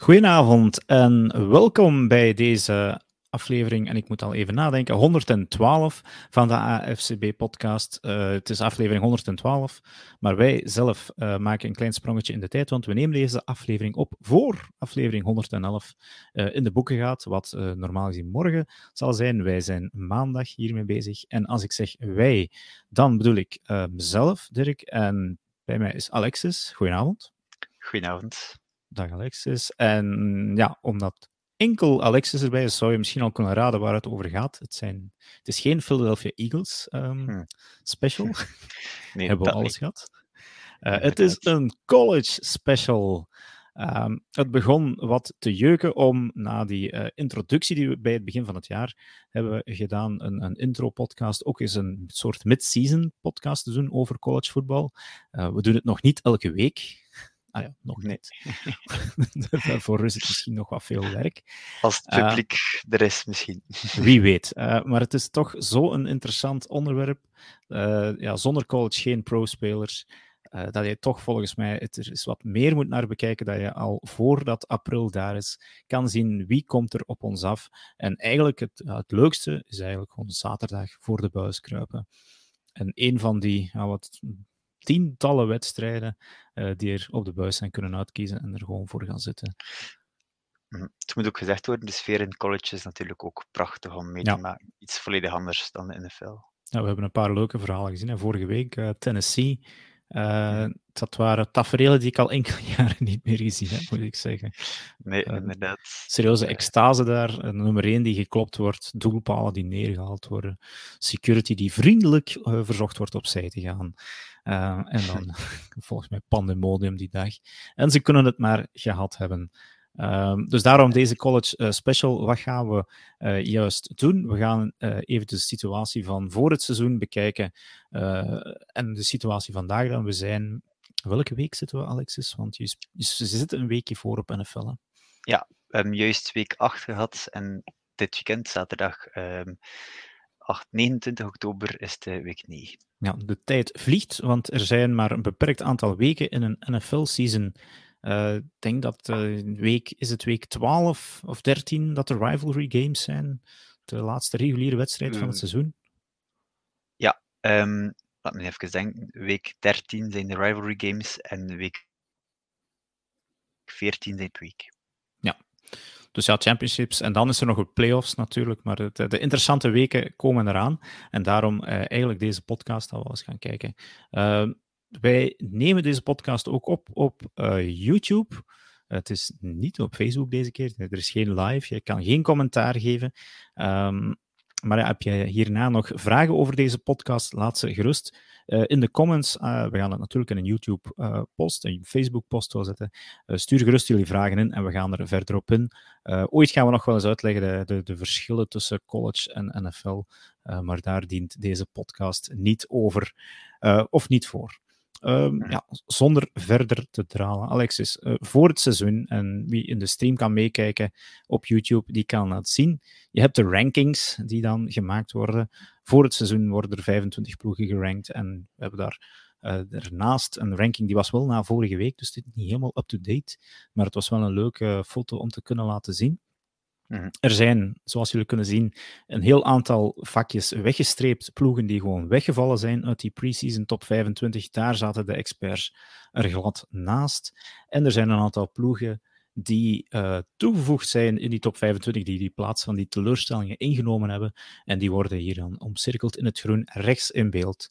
Goedenavond en welkom bij deze aflevering, en ik moet al even nadenken, 112 van de AFCB-podcast. Het is aflevering 112, maar wij zelf maken een klein sprongetje in de tijd, want we nemen deze aflevering op voor aflevering 111 in de boeken gaat, wat normaal gezien morgen zal zijn. Wij zijn maandag hiermee bezig. En als ik zeg wij, dan bedoel ik mezelf, Dirk, en bij mij is Alexis. Goedenavond. Goedenavond. Dag Alexis. En ja, omdat enkel Alexis erbij is, zou je misschien al kunnen raden waar het over gaat. Het is geen Philadelphia Eagles special. Nee, Hebben we dat alles niet. gehad. Het is een college special. Het begon wat te jeuken om, na die introductie die we bij het begin van het jaar hebben gedaan, een intro-podcast, ook eens een soort mid-season podcast te doen over collegevoetbal. We doen het nog niet elke week. Ah ja, nog niet. Daarvoor is het misschien nog wat veel werk. Als het publiek er is, misschien. Wie weet. Maar het is toch zo'n interessant onderwerp. Zonder college geen pro-spelers. Dat je toch volgens mij er is wat meer moet naar bekijken, dat je al voordat april daar is, kan zien wie komt er op ons af. En eigenlijk het leukste is eigenlijk gewoon zaterdag voor de buis kruipen. En een van die tientallen wedstrijden die er op de buis zijn kunnen uitkiezen en er gewoon voor gaan zitten. Het moet ook gezegd worden, de sfeer in college is natuurlijk ook prachtig om mee te maken. Iets volledig anders dan de NFL. Ja, we hebben een paar leuke verhalen gezien. Hè. Vorige week Tennessee. Dat waren taferelen die ik al enkele jaren niet meer gezien heb, moet ik zeggen. Nee, inderdaad. Serieuze extase daar. Nummer 1 die geklopt wordt, doelpalen die neergehaald worden, security die vriendelijk verzocht wordt opzij te gaan. En dan volgens mij pandemonium die dag. En ze kunnen het maar gehad hebben. Dus daarom deze college special. Wat gaan we juist doen? We gaan even de situatie van voor het seizoen bekijken en de situatie vandaag dan. We zijn... Welke week zitten we, Alexis? Want je zit een weekje voor op NFL, hè? Ja, we hebben juist week 8 gehad en dit weekend, zaterdag 29 oktober, is de week 9. Ja, de tijd vliegt, want er zijn maar een beperkt aantal weken in een NFL-season. Ik denk dat is het week 12 of 13 dat de rivalry games zijn. De laatste reguliere wedstrijd van het seizoen. Ja, laat me even denken. Week 13 zijn de rivalry games en week 14 zijn het week. Ja, dus ja, championships. En dan is er nog de playoffs natuurlijk. Maar de interessante weken komen eraan. En daarom eigenlijk deze podcast al wel eens gaan kijken. Wij nemen deze podcast ook op YouTube. Het is niet op Facebook deze keer. Er is geen live. Je kan geen commentaar geven. Maar ja, heb je hierna nog vragen over deze podcast? Laat ze gerust in de comments. We gaan het natuurlijk in een YouTube-post, een Facebook-post wel zetten. Stuur gerust jullie vragen in en we gaan er verder op in. Ooit gaan we nog wel eens uitleggen de verschillen tussen college en NFL. Maar daar dient deze podcast niet over of niet voor. Zonder verder te dralen. Alexis, voor het seizoen, en wie in de stream kan meekijken op YouTube, die kan het zien. Je hebt de rankings die dan gemaakt worden. Voor het seizoen worden er 25 ploegen gerankt en we hebben daar daarnaast een ranking, die was wel na vorige week, dus dit is niet helemaal up-to-date, maar het was wel een leuke foto om te kunnen laten zien. Er zijn, zoals jullie kunnen zien, een heel aantal vakjes weggestreept, ploegen die gewoon weggevallen zijn uit die pre-season top 25. Daar zaten de experts er glad naast. En er zijn een aantal ploegen die toegevoegd zijn in die top 25, die plaats van die teleurstellingen ingenomen hebben. En die worden hier dan omcirkeld in het groen rechts in beeld.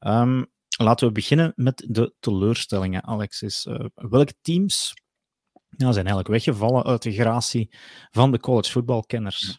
Laten we beginnen met de teleurstellingen, Alexis. Welke teams zijn eigenlijk weggevallen uit de gratie van de collegevoetbalkenners?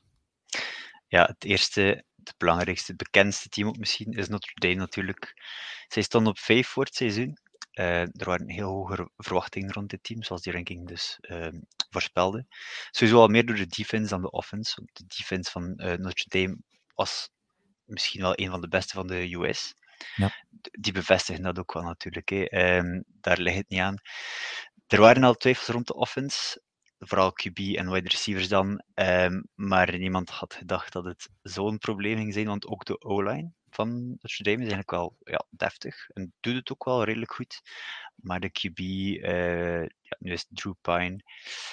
Ja, het eerste, het belangrijkste, het bekendste team ook misschien, is Notre Dame natuurlijk. Zij stonden op 5 voor het seizoen. Er waren heel hoge verwachtingen rond dit team, zoals die ranking dus voorspelde. Sowieso al meer door de defense dan de offense. Want de defense van Notre Dame was misschien wel een van de beste van de US. Ja. Die bevestigen dat ook wel natuurlijk. Daar ligt het niet aan. Er waren al twijfels rond de offense, vooral QB en wide receivers dan, maar niemand had gedacht dat het zo'n probleem ging zijn, want ook de O-line van Notre Dame is eigenlijk wel deftig en doet het ook wel redelijk goed. Maar de QB, nu is Drew Pine,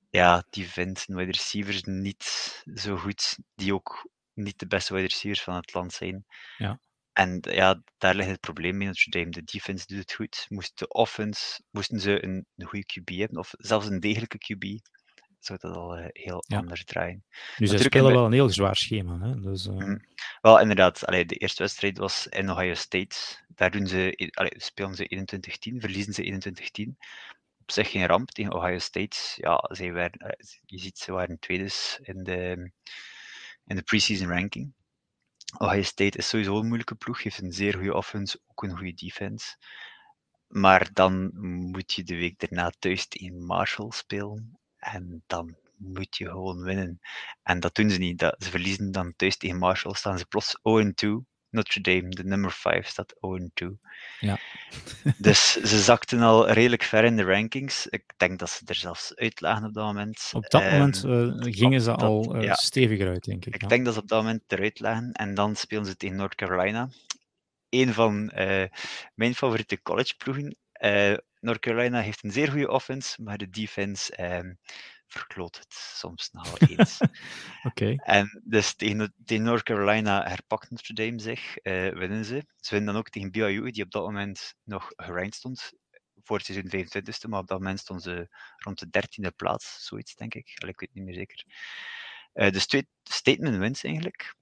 Ja, die vindt wide receivers niet zo goed, die ook niet de beste wide receivers van het land zijn. Ja. En ja, daar ligt het probleem mee. Notre Dame. De defense doet het goed. Moesten ze een goede QB hebben, of zelfs een degelijke QB, zou dat al heel Ja. anders draaien. Nu, zij Natuurlijk spelen wel een heel zwaar schema. Hè? Dus, Wel, inderdaad. De eerste wedstrijd was in Ohio State. Daar spelen ze 21-10, verliezen ze 21-10. Op zich geen ramp tegen Ohio State. Ja, je ziet, ze waren tweede in de preseason ranking. Ohio State is sowieso een moeilijke ploeg, heeft een zeer goede offense, ook een goede defense. Maar dan moet je de week daarna thuis tegen Marshall spelen. En dan moet je gewoon winnen. En dat doen ze niet. Ze verliezen dan thuis tegen Marshall, staan ze plots 0-2. Notre Dame, de nummer 5, staat 0-2. ja. Dus ze zakten al redelijk ver in de rankings. Ik denk dat ze er zelfs uit lagen op dat moment. Op dat moment gingen ze al ja. steviger uit, denk ik. Ik denk dat ze op dat moment eruit lagen. En dan spelen ze tegen North Carolina. Een van mijn favoriete collegeploegen. North Carolina heeft een zeer goede offense, maar de defense verkloot het soms nogal eens. Oké. En dus tegen North Carolina herpakt Notre Dame zich, winnen ze. Ze winnen dan ook tegen BYU, die op dat moment nog gerankt stond. Voor het seizoen 25e, maar op dat moment stonden ze rond de 13e plaats, zoiets denk ik. Ik weet het niet meer zeker. Dus 2 statement wins eigenlijk.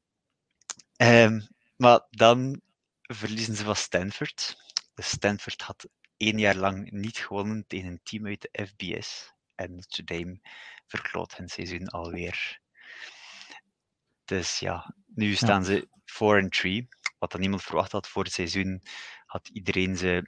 Maar dan verliezen ze van Stanford. Dus Stanford had 1 jaar lang niet gewonnen tegen een team uit de FBS. En Notre Dame verkloot hun seizoen alweer. Dus ja, nu staan ze 4-3. Wat dan niemand verwacht had voor het seizoen, had iedereen ze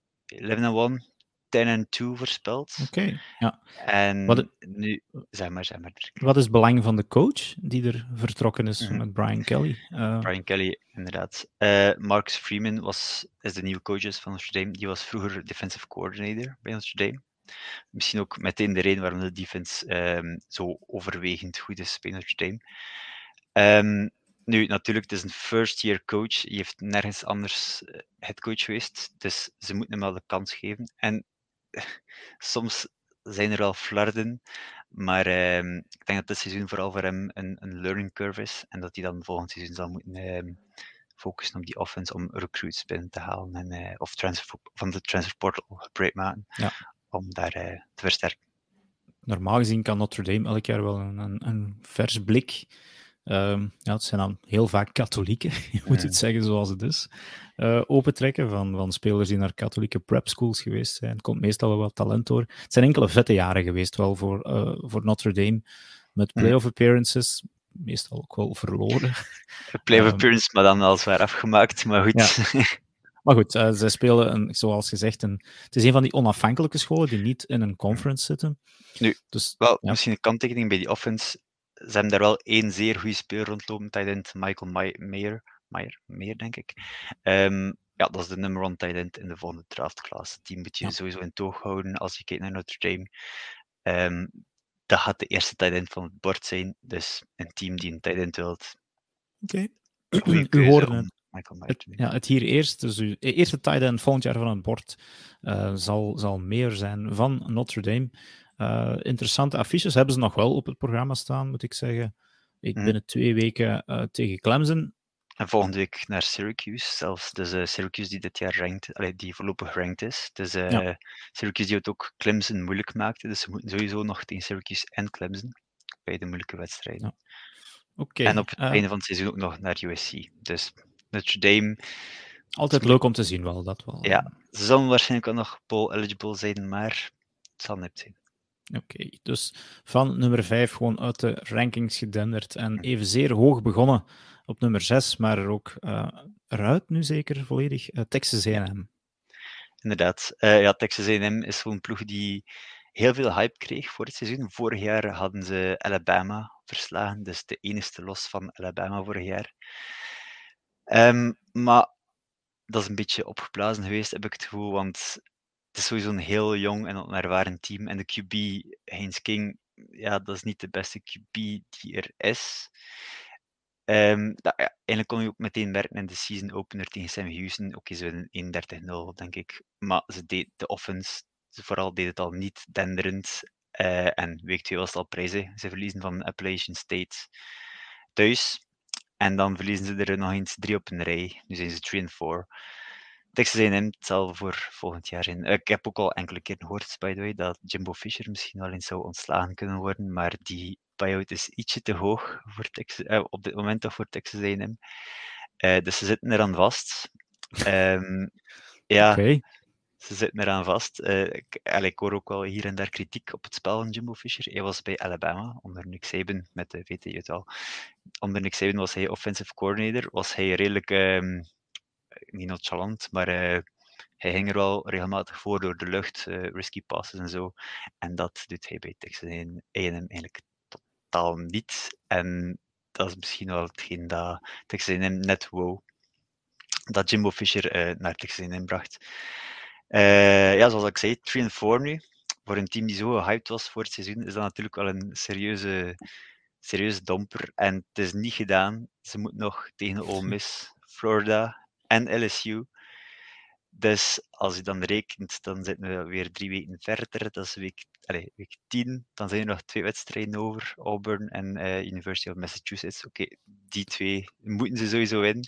11-1, 10-2 voorspeld. Oké, ja. En nu, zeg maar. Wat is het belang van de coach die er vertrokken is met Brian Kelly? Brian Kelly, inderdaad. Marcus Freeman is de nieuwe coach van Notre Dame. Die was vroeger defensive coordinator bij Notre Dame. Misschien ook meteen de reden waarom de defense zo overwegend goed is bij Notre Dame. Nu, natuurlijk, het is een first-year coach. Je heeft nergens anders headcoach geweest. Dus ze moeten hem wel de kans geven. En soms zijn er wel flarden. Maar ik denk dat dit seizoen vooral voor hem een learning curve is. En dat hij dan volgend seizoen zal moeten focussen op die offense om recruits binnen te halen. En, of van de transfer portal gebruik maken. Ja. Om daar te versterken. Normaal gezien kan Notre Dame elk jaar wel een vers blik. Het zijn dan heel vaak katholieken, je moet het zeggen zoals het is, opentrekken van spelers die naar katholieke prep schools geweest zijn. Er komt meestal wel wat talent door. Het zijn enkele vette jaren geweest wel voor Notre Dame, met playoff appearances, meestal ook wel verloren. Playoff appearance, maar dan al zwaar afgemaakt, maar goed. Ja. Maar goed, zij spelen, zoals gezegd, het is een van die onafhankelijke scholen die niet in een conference zitten. Nu, dus, misschien een kanttekening bij die offense. Ze hebben daar wel één zeer goede speler rondlopen, tight end Michael Mayer, denk ik. Dat is de number 1 tight end in de volgende draftklasse. Die moet je sowieso in toog houden als je kijkt naar Notre Dame. Dat gaat de eerste tight end van het bord zijn. Dus een team die een tight end wilt. Oké. U hoorde het. Het hier eerst, dus uw eerste tight end volgend jaar van het bord zal meer zijn van Notre Dame. Interessante affiches hebben ze nog wel op het programma staan, moet ik zeggen. Binnen 2 weken tegen Clemson. En volgende week naar Syracuse zelfs. Dus Syracuse die dit jaar die voorlopig ranked is. Dus Syracuse die het ook Clemson moeilijk maakte. Dus ze moeten sowieso nog tegen Syracuse en Clemson. Bij de moeilijke wedstrijden. Ja. En op het einde van het seizoen ook nog naar USC. Dus Notre Dame... Altijd leuk om te zien wel, dat wel. Ja, ze zullen waarschijnlijk ook nog bowl-eligible zijn, maar het zal net zijn. Oké, dus van nummer 5 gewoon uit de rankings gedenderd en evenzeer hoog begonnen op nummer 6, maar er ook eruit nu zeker volledig, Texas A&M. Inderdaad. Texas A&M is zo'n ploeg die heel veel hype kreeg voor het seizoen. Vorig jaar hadden ze Alabama verslagen, dus de enigste los van Alabama vorig jaar. Maar dat is een beetje opgeblazen geweest, heb ik het gevoel, want het is sowieso een heel jong en onervaren team. En de QB, Haynes King, dat is niet de beste QB die er is. Eigenlijk kon je ook meteen merken in de season opener tegen Sam Houston. Oké, ze winnen 31-0, denk ik. Maar de offense, vooral deed het al niet denderend. En week 2 was het al prijzen. Ze verliezen van Appalachian State thuis. En dan verliezen ze er nog eens 3 op een rij. Nu zijn ze 3-4. Texas A&M, het zal voor volgend jaar zijn. Ik heb ook al enkele keer gehoord, by the way, dat Jimbo Fisher misschien wel eens zou ontslagen kunnen worden, maar die buyout is ietsje te hoog voor op dit moment toch voor Texas A&M. Dus ze zitten eraan vast. Ja, Oké. ze zitten eraan vast. Ik hoor ook wel hier en daar kritiek op het spel van Jimbo Fisher. Hij was bij Alabama, onder Nick Saban, met de VT Utah. Onder Nick Saban was hij offensive coordinator. Was hij redelijk, niet nonchalant, maar hij ging er wel regelmatig voor door de lucht, risky passes en zo. En dat doet hij bij Texas A&M eigenlijk totaal niet. En dat is misschien wel hetgeen dat Texas A&M net wou. Dat Jimbo Fisher naar Texas A&M bracht. Ja, zoals ik zei, 3-4 nu. Voor een team die zo gehyped was voor het seizoen, is dat natuurlijk wel een serieuze domper. En het is niet gedaan. Ze moeten nog tegen Ole Miss, Florida en LSU. Dus als je dan rekent, dan zitten we weer 3 weken verder. Dat is week 10. Dan zijn er nog 2 wedstrijden over, Auburn en University of Massachusetts. Oké, die 2 moeten ze sowieso winnen.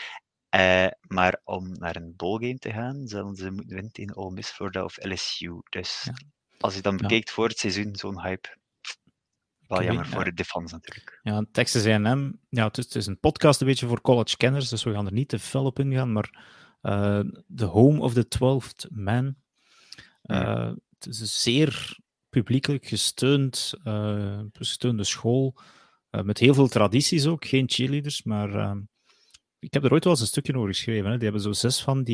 Maar om naar een bowlgame te gaan, zullen ze moeten winnen tegen Ole Miss, Florida of LSU. Dus als je dan bekijkt voor het seizoen, zo'n hype, wel jammer voor de fans natuurlijk. Ja, Texas A&M, het is een podcast een beetje voor college-kenners, dus we gaan er niet te fel op ingaan, maar de home of the 12th man. Het is een zeer publiekelijk gesteunde school, met heel veel tradities ook, geen cheerleaders, maar ik heb er ooit wel eens een stukje over geschreven. Hè. Die hebben zo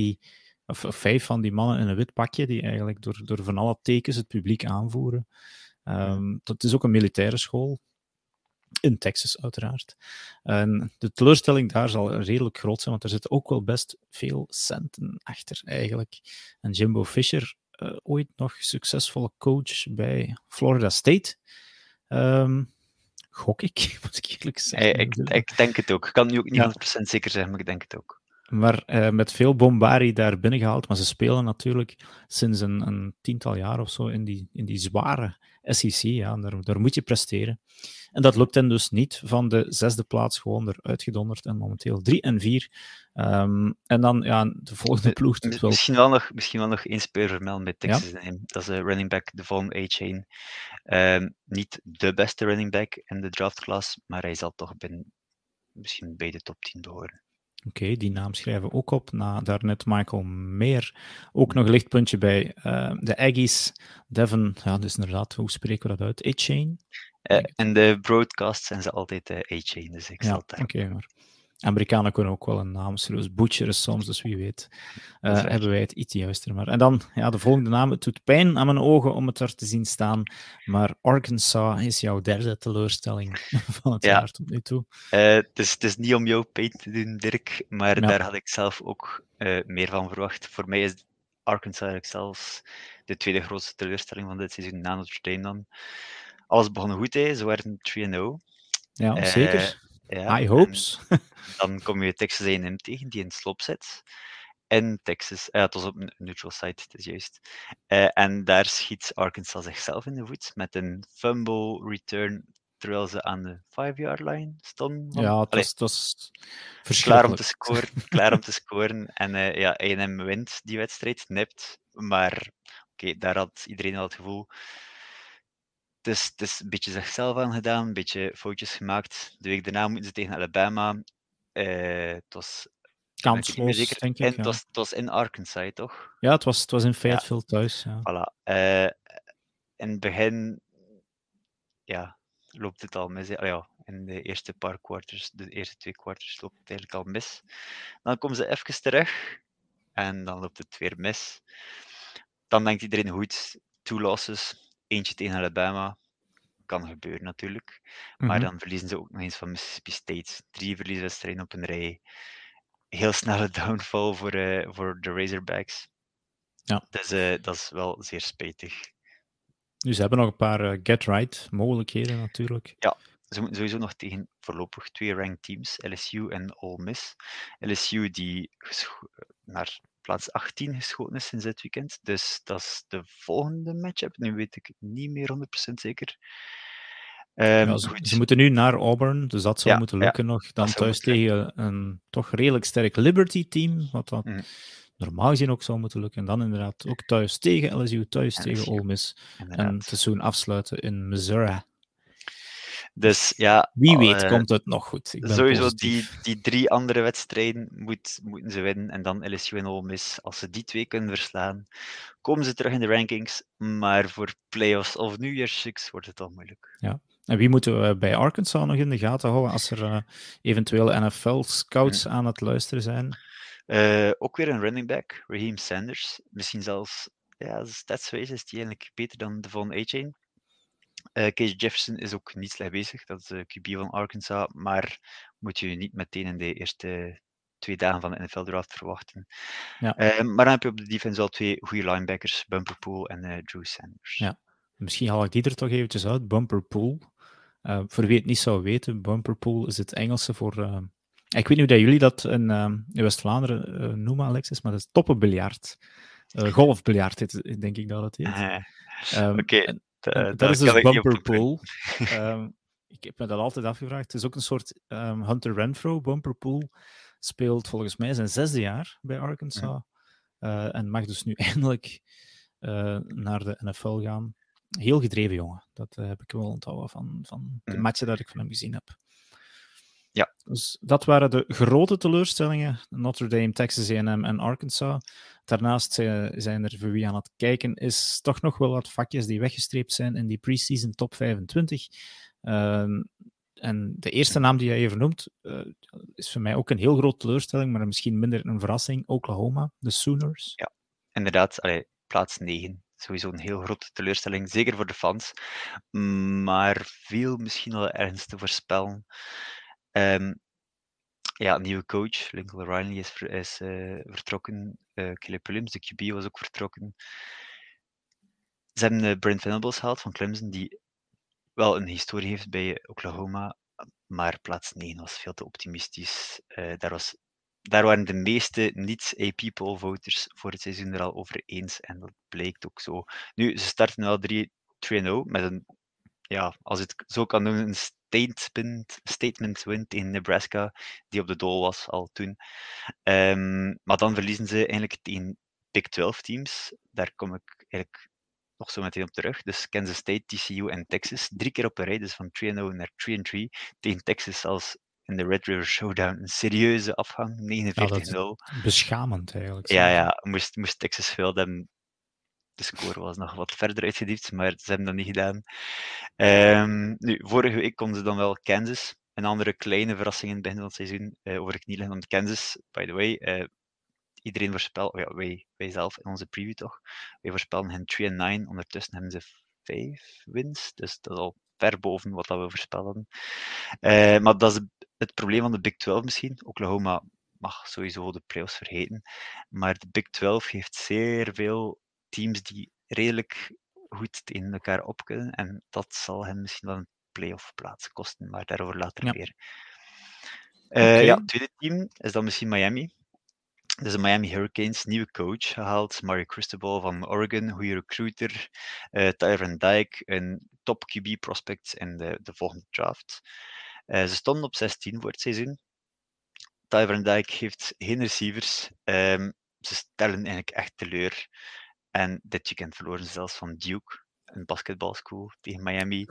5 van die mannen in een wit pakje, die eigenlijk door van alle tekens het publiek aanvoeren. Dat is ook een militaire school. In Texas, uiteraard. En de teleurstelling daar zal redelijk groot zijn, want er zitten ook wel best veel centen achter, eigenlijk. En Jimbo Fisher, ooit nog succesvolle coach bij Florida State. Gok ik, moet ik eerlijk zeggen. Ik denk het ook. Ik kan nu ook niet 100% zeker zeggen, maar ik denk het ook. Maar met veel bombardie daar binnengehaald. Maar ze spelen natuurlijk sinds een 10-tal jaar of zo in die zware SEC. Ja, daar moet je presteren. En dat lukt hen dus niet. Van de 6e plaats gewoon eruit gedonderd. En momenteel 3-4. En dan de volgende ploeg. Misschien wel nog één speler vermelden bij Texas A&M. Dat is running back Devon Achane. Niet de beste running back in de draftklas, maar hij zal toch misschien bij de top 10 behoren. Oké, die naam schrijven we ook op. Na daarnet Michael Mayer. Ook nog een lichtpuntje bij de Aggies. Devon, dus inderdaad, hoe spreken we dat uit? Achane? En de broadcasts zijn ze altijd Achane, dus ik zal het daar. Oké, maar Amerikanen kunnen ook wel een naam serieus butcheren soms, dus wie weet hebben wij het iets juister. Maar. En dan, de volgende naam. Het doet pijn aan mijn ogen om het er te zien staan, maar Arkansas is jouw derde teleurstelling van het jaar tot nu toe. Het is niet om jou pijn te doen, Dirk, maar daar had ik zelf ook meer van verwacht. Voor mij is Arkansas eigenlijk zelfs de tweede grootste teleurstelling van dit seizoen, na Notre Dame dan. Alles begon goed, ze waren 3-0. Ja, zeker. High hopes. Dan kom je Texas A&M tegen, die in slop zit. In Texas. Het was op een neutral site, het is juist. En daar schiet Arkansas zichzelf in de voet met een fumble return terwijl ze aan de 5-yard line stonden. Ja, het was verschrikkelijk. Klaar om te scoren. En A&M wint die wedstrijd, nipt. Maar daar had iedereen al het gevoel. Het is een beetje zichzelf aangedaan, een beetje foutjes gemaakt. De week daarna moeten ze tegen Alabama. Het was kansloos, denk ik. Het was in Arkansas, toch? Ja, het was in Fayetteville thuis. Ja. Voilà. In het begin loopt het al mis. In de eerste paar quarters, de eerste 2 quarters, loopt het eigenlijk al mis. Dan komen ze even terug en dan loopt het weer mis. Dan denkt iedereen goed, 2 losses, eentje tegen Alabama. Kan gebeuren natuurlijk. Maar dan verliezen ze ook nog eens van Mississippi State. 3 verlieswedstrijden op een rij. Heel snelle downfall voor de Razorbacks. Ja. Dus dat is wel zeer spijtig. Dus ze hebben nog een paar get-right mogelijkheden natuurlijk. Ja, ze moeten sowieso nog tegen voorlopig 2 ranked teams, LSU en Ole Miss. LSU die naar plaats 18 geschoten is sinds dit weekend. Dus dat is de volgende matchup. Nu weet ik het niet meer 100% zeker. Ja, ze Goed. moeten nu naar Auburn, dus dat zou Ja, moeten ja, lukken nog. dat Dan zou thuis moeten tegen een toch redelijk sterk Liberty-team, wat dat lukken. normaal gezien ook zou moeten lukken. En dan inderdaad ook thuis tegen LSU, thuis tegen LSU, Ole Miss. En inderdaad. het seizoen afsluiten in Missouri. Dus ja, Wie weet komt het nog goed. Ik ben sowieso positief. die 3 andere wedstrijden moeten ze winnen. En dan LSU en Ole Miss. Als ze die 2 kunnen verslaan, komen ze terug in de rankings. Maar voor playoffs of New Year's Six wordt het al moeilijk. Ja. En wie moeten we bij Arkansas nog in de gaten houden als er eventueel NFL-scouts aan het luisteren zijn? Ook weer een running back, Raheem Sanders. Misschien zelfs, ja, statswijs is die eigenlijk beter dan Devon A-Chain. Case Jefferson is ook niet slecht bezig, dat is de QB van Arkansas, maar moet je niet meteen in de eerste 2 dagen van de NFL-draft verwachten. Ja. Maar dan heb je op de defense al 2 goede linebackers, Bumper Pool en Drew Sanders. Ja. Misschien haal ik die er toch eventjes uit, Bumper Pool. Voor wie het niet zou weten, Bumper Pool is het Engelse voor... ik weet niet hoe dat jullie dat in West-Vlaanderen noemen, Alexis, maar dat is toppenbiljart. Golfbiljart, denk ik dat het heet. Oké. Dat is dus Bumper Pool. Ik heb me dat altijd afgevraagd. Het is ook een soort Hunter Renfro. Bumper Pool speelt volgens mij zijn 6e jaar bij Arkansas. En mag dus nu eindelijk naar de NFL gaan. Heel gedreven jongen. Dat heb ik wel onthouden van de matchen dat ik van hem gezien heb. Ja. Dus dat waren de grote teleurstellingen. Notre Dame, Texas A&M en Arkansas. Daarnaast zijn er, voor wie aan het kijken is, toch nog wel wat vakjes die weggestreept zijn in die preseason top 25. En de eerste naam die jij even noemt, is voor mij ook een heel grote teleurstelling, maar misschien minder een verrassing. Oklahoma, de Sooners. Ja, inderdaad. Plaats 9. Sowieso een heel grote teleurstelling, zeker voor de fans. Maar viel misschien wel ergens te voorspellen. Ja, nieuwe coach, Lincoln Riley is vertrokken. Caleb Williams, de QB, was ook vertrokken. Ze hebben Brent Venables gehaald van Clemson, die wel een historie heeft bij Oklahoma, maar plaats 9 was veel te optimistisch. Daar waren de meeste niet-AP-poll voters voor het seizoen er al over eens en dat blijkt ook zo. Nu, ze starten wel 3-0 met een, ja, als je het zo kan noemen, een statement win tegen Nebraska, die op de doel was al toen. Maar dan verliezen ze eigenlijk tegen Big 12 teams. Daar kom ik eigenlijk nog zo meteen op terug. Dus Kansas State, TCU en Texas. 3 keer op een rij, dus van 2-0 naar 3-3. Tegen Texas als in de Red River Showdown een serieuze afgang, 49-0. Beschamend eigenlijk. Ja, moest Texas veel hebben. De score was nog wat verder uitgediept, maar ze hebben dat niet gedaan. Nu, vorige week konden ze dan wel Kansas. Een andere kleine verrassing in het begin van het seizoen over de knie leggen. Want Kansas, by the way, iedereen voorspelt, wij zelf in onze preview toch, wij voorspellen hen 3-9. Ondertussen hebben ze 5 wins, dus dat is al ver boven wat we voorspellen. Maar dat is het probleem van de Big 12 misschien. Oklahoma mag sowieso de playoffs vergeten, maar de Big 12 heeft zeer veel teams die redelijk goed tegen elkaar op kunnen, en dat zal hen misschien wel een playoff plaats kosten, maar daarover later meer. Ja, het tweede team is dan misschien Miami. Dus de Miami Hurricanes, nieuwe coach gehaald, Mario Cristobal van Oregon, goede recruiter, Tyler Van Dyke, een top QB prospect in de volgende draft. Ze stonden op 16 voor het seizoen. Tyler Van Dyke heeft geen receivers. Ze stellen eigenlijk echt teleur. En dit weekend verloren ze zelfs van Duke, een basketbalschool, tegen Miami.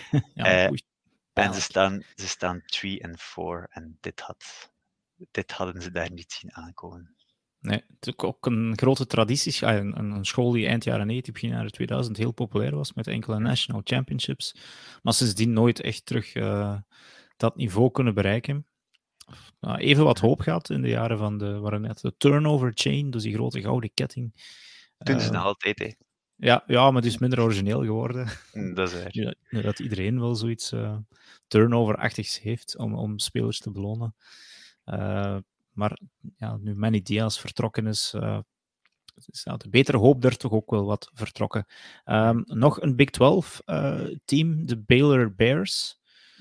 En ze staan 3-4 en dit hadden ze daar niet zien aankomen. Nee, het is ook een grote traditie. Een school die eind jaren 90, begin jaren 2000 heel populair was met enkele national championships. Maar sindsdien nooit echt terug dat niveau kunnen bereiken. Even wat hoop gehad in de jaren van de turnover chain, dus die grote gouden ketting. Doen ze nog altijd, hè? Ja, maar het is minder origineel geworden. Dat is waar. Ja, dat iedereen wel zoiets turnover-achtigs heeft om spelers te belonen. Maar ja, nu Manny Diaz vertrokken is de betere hoop er toch ook wel wat vertrokken. Nog een Big 12 team, de Baylor Bears.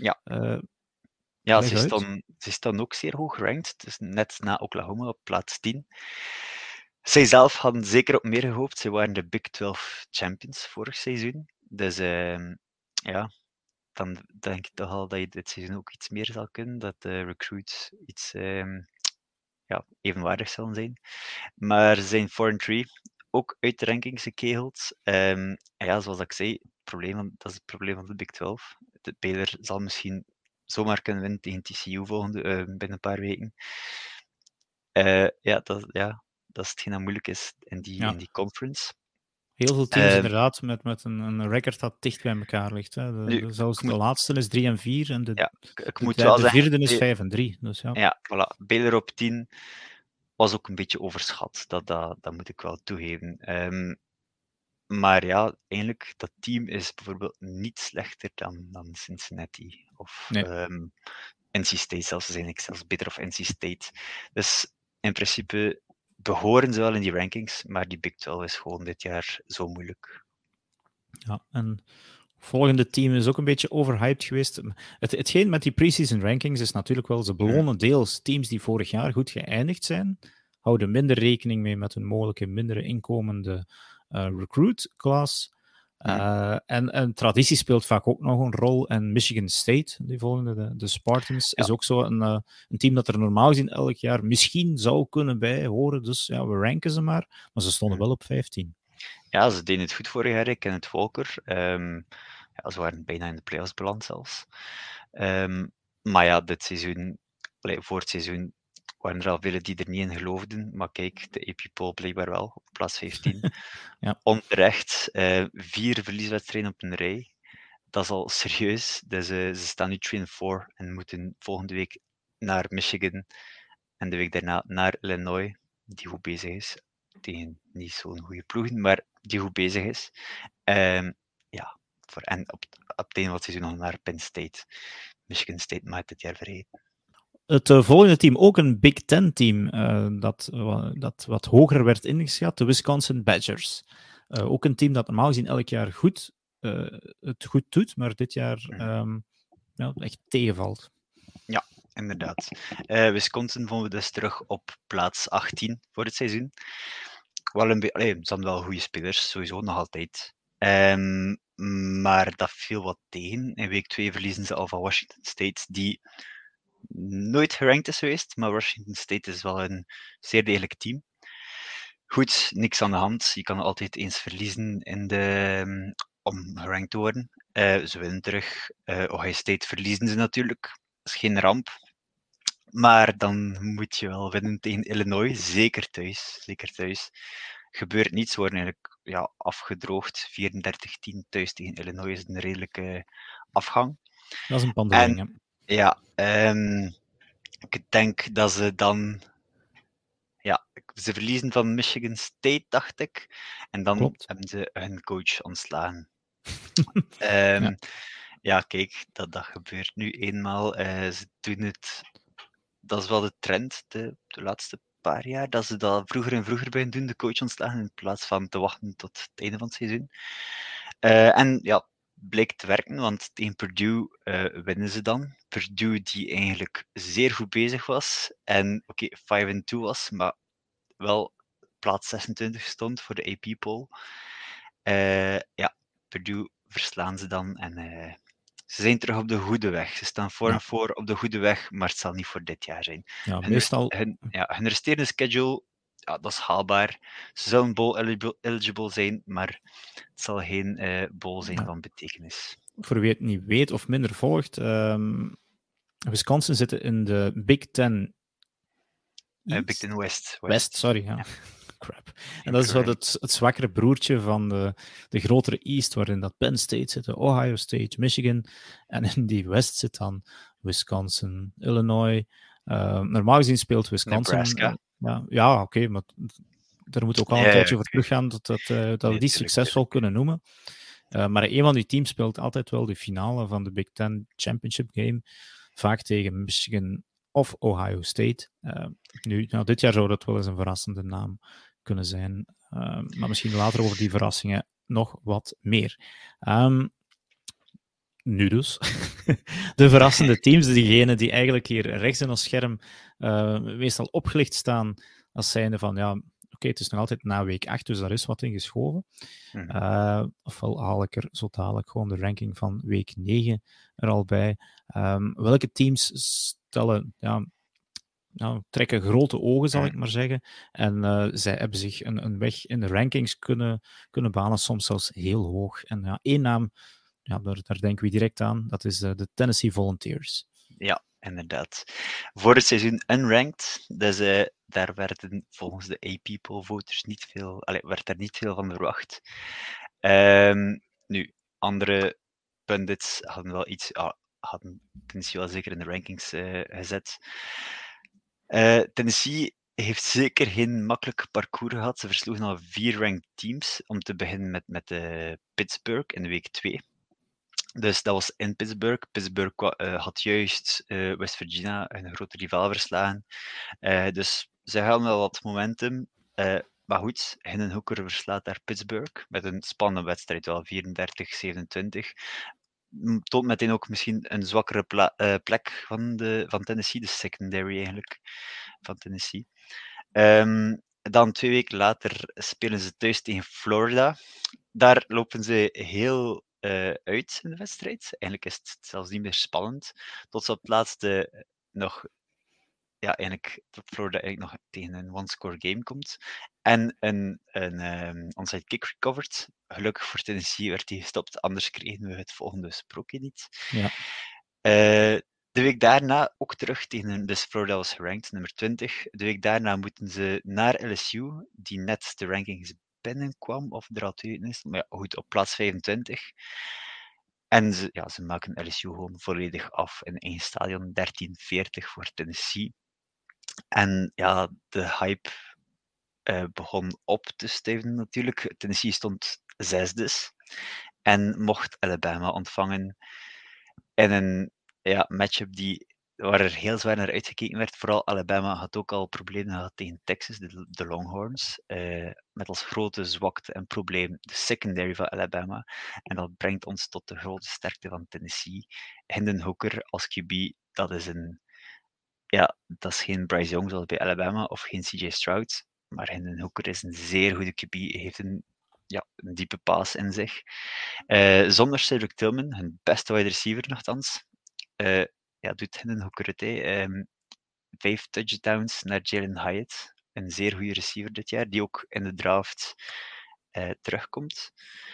Ja, ze staan ook zeer hoog ranked. Dus net na Oklahoma op plaats 10. Zij zelf hadden zeker op meer gehoopt. Zij waren de Big 12 champions vorig seizoen. Dus ja, dan denk ik toch al dat je dit seizoen ook iets meer zal kunnen. Dat de recruits iets evenwaardig zullen zijn. Maar ze zijn 4-3, ook uit de rankings gekegeld. En ja, zoals ik zei, dat is het probleem van de Big 12. De Baylor zal misschien zomaar kunnen winnen tegen TCU binnen een paar weken. Dat is hetgeen dat moeilijk is in die conference. Heel veel teams inderdaad met een record dat dicht bij elkaar ligt. Hè. Zelfs de laatste is 3-4 en de vierde is 5-3. Dus ja. Ja, voilà. Baylor op 10 was ook een beetje overschat. Dat moet ik wel toegeven. Maar ja, eigenlijk, dat team is bijvoorbeeld niet slechter dan Cincinnati of NC State zelfs. Ze zijn zelfs beter of NC State. Dus in principe behoren ze wel in die rankings, maar die Big 12 is gewoon dit jaar zo moeilijk. Ja, en het volgende team is ook een beetje overhyped geweest. Hetgeen met die preseason rankings is natuurlijk wel, ze belonen deels teams die vorig jaar goed geëindigd zijn, houden minder rekening mee met een mogelijke mindere inkomende recruit class. En traditie speelt vaak ook nog een rol. En Michigan State, die volgende, de Spartans, is ook zo een team dat er normaal gezien elk jaar misschien zou kunnen bij horen. Dus ja, we ranken ze maar ze stonden wel op 15. Ja, ze deden het goed vorig jaar, ik en het Volker. Ze waren bijna in de playoffs beland zelfs. Maar ja, dit seizoen, voor het seizoen, waren er al velen die er niet in geloofden. Maar kijk, de AP Poll blijkbaar wel, op plaats 15. Ja. Onterecht, 4 verlieswedstrijden op een rij. Dat is al serieus. Dus ze staan nu 3-4 en moeten volgende week naar Michigan en de week daarna naar Illinois, die goed bezig is. Tegen niet zo'n goede ploegen, maar die goed bezig is. En op het einde van het seizoen nog naar Penn State. Michigan State maakt dit jaar vergeten. Het volgende team, ook een Big Ten team, dat wat hoger werd ingeschat, de Wisconsin Badgers. Ook een team dat normaal gezien elk jaar het goed doet, maar dit jaar echt tegenvalt. Ja, inderdaad. Wisconsin vonden we dus terug op plaats 18 voor het seizoen. Ze hadden wel goede spelers, sowieso nog altijd. Maar dat viel wat tegen. In week 2 verliezen ze al van Washington State, die nooit gerankt is geweest, maar Washington State is wel een zeer degelijk team. Goed, niks aan de hand. Je kan altijd eens verliezen om gerankt te worden. Ze winnen terug. Ohio State verliezen ze natuurlijk. Dat is geen ramp. Maar dan moet je wel winnen tegen Illinois. Zeker thuis. Gebeurt niets. Ze worden eigenlijk afgedroogd. 34-10 thuis tegen Illinois is een redelijke afgang. Dat is een pandering. Ik denk dat ze dan... Ja, ze verliezen van Michigan State, dacht ik. En dan hebben ze hun coach ontslagen. Kijk, dat gebeurt nu eenmaal. Ze doen het... Dat is wel de trend de laatste paar jaar, dat ze dat vroeger en vroeger bij doen, de coach ontslagen, in plaats van te wachten tot het einde van het seizoen. Blijkt te werken, want tegen Purdue winnen ze dan. Purdue die eigenlijk zeer goed bezig was en 5-2 was, maar wel plaats 26 stond voor de AP Poll. Purdue verslaan ze dan en ze zijn terug op de goede weg. Ze staan voor op de goede weg, maar het zal niet voor dit jaar zijn. Ja, meestal... Hun resterende schedule, dat is haalbaar. Ze zullen bowl-eligible zijn, maar het zal geen bowl zijn van betekenis. Voor wie het niet weet of minder volgt, Wisconsin zit in de Big Ten Big Ten West. Sorry, ja. Crap. En dat is wat het zwakkere broertje van de grotere East, waarin dat Penn State zit, Ohio State, Michigan. En in die West zit dan Wisconsin, Illinois. Normaal gezien speelt Wisconsin... Nebraska. Oké, maar daar moet ook al een tijdje voor teruggaan dat we die succesvol kunnen noemen. Maar een van die teams speelt altijd wel de finale van de Big Ten Championship Game. Vaak tegen Michigan of Ohio State. Dit jaar zou dat wel eens een verrassende naam kunnen zijn. Maar misschien later over die verrassingen nog wat meer. Nu dus. De verrassende teams, diegenen die eigenlijk hier rechts in ons scherm meestal opgelicht staan als zijnde van oké, het is nog altijd na week 8, dus daar is wat in geschoven. Ofwel haal ik er zo dadelijk gewoon de ranking van week 9 er al bij. Welke teams stellen... trekken grote ogen, zal ik maar zeggen. En zij hebben zich een weg in de rankings kunnen banen, soms zelfs heel hoog. En één naam, daar denken we direct aan, dat is de Tennessee Volunteers. Ja, inderdaad. Voor het seizoen unranked, dus daar werden volgens de AP-poll voters werd daar niet veel van verwacht. Nu, andere pundits hadden wel iets, hadden Tennessee wel zeker in de rankings gezet. Tennessee heeft zeker geen makkelijk parcours gehad. Ze versloegen al 4 ranked teams, om te beginnen met Pittsburgh in week 2. Dus dat was in Pittsburgh. Pittsburgh had juist West Virginia, een grote rivaal, verslagen. Dus ze hadden wel wat momentum. Maar goed, Hendon Hooker verslaat daar Pittsburgh met een spannende wedstrijd, wel 34-27. Toont meteen ook misschien een zwakkere plek van Tennessee, de secondary eigenlijk van Tennessee. Dan 2 weken later spelen ze thuis tegen Florida. Daar lopen ze heel uit in de wedstrijd. Eigenlijk is het zelfs niet meer spannend. Tot ze op het laatste nog... Ja, eigenlijk dat Florida eigenlijk nog tegen een one-score game komt. En een onside kick recovered. Gelukkig voor Tennessee werd die gestopt, anders kregen we het volgende sprookje niet. Ja. De week daarna ook terug tegen... Dus Florida was geranked, nummer 20. De week daarna moeten ze naar LSU, die net de rankings binnenkwam, of er al 2 is. Maar ja, goed, op plaats 25. En ze maken LSU gewoon volledig af in één stadion. 13-40 voor Tennessee. En ja, de hype begon op te stuiven natuurlijk. Tennessee stond 6e en mocht Alabama ontvangen in een matchup waar er heel zwaar naar uitgekeken werd. Vooral Alabama had ook al problemen gehad tegen Texas, de Longhorns. Met als grote zwakte en probleem de secondary van Alabama. En dat brengt ons tot de grote sterkte van Tennessee. Hendon Hooker als QB, dat is geen Bryce Young zoals bij Alabama of geen CJ Stroud. Maar Hendon Hooker is een zeer goede QB, heeft een diepe paas in zich. Zonder Cedric Tillman, hun beste wide receiver nogthans, doet Hendon Hooker het. 5 touchdowns naar Jalen Hyatt, een zeer goede receiver dit jaar, die ook in de draft terugkomt.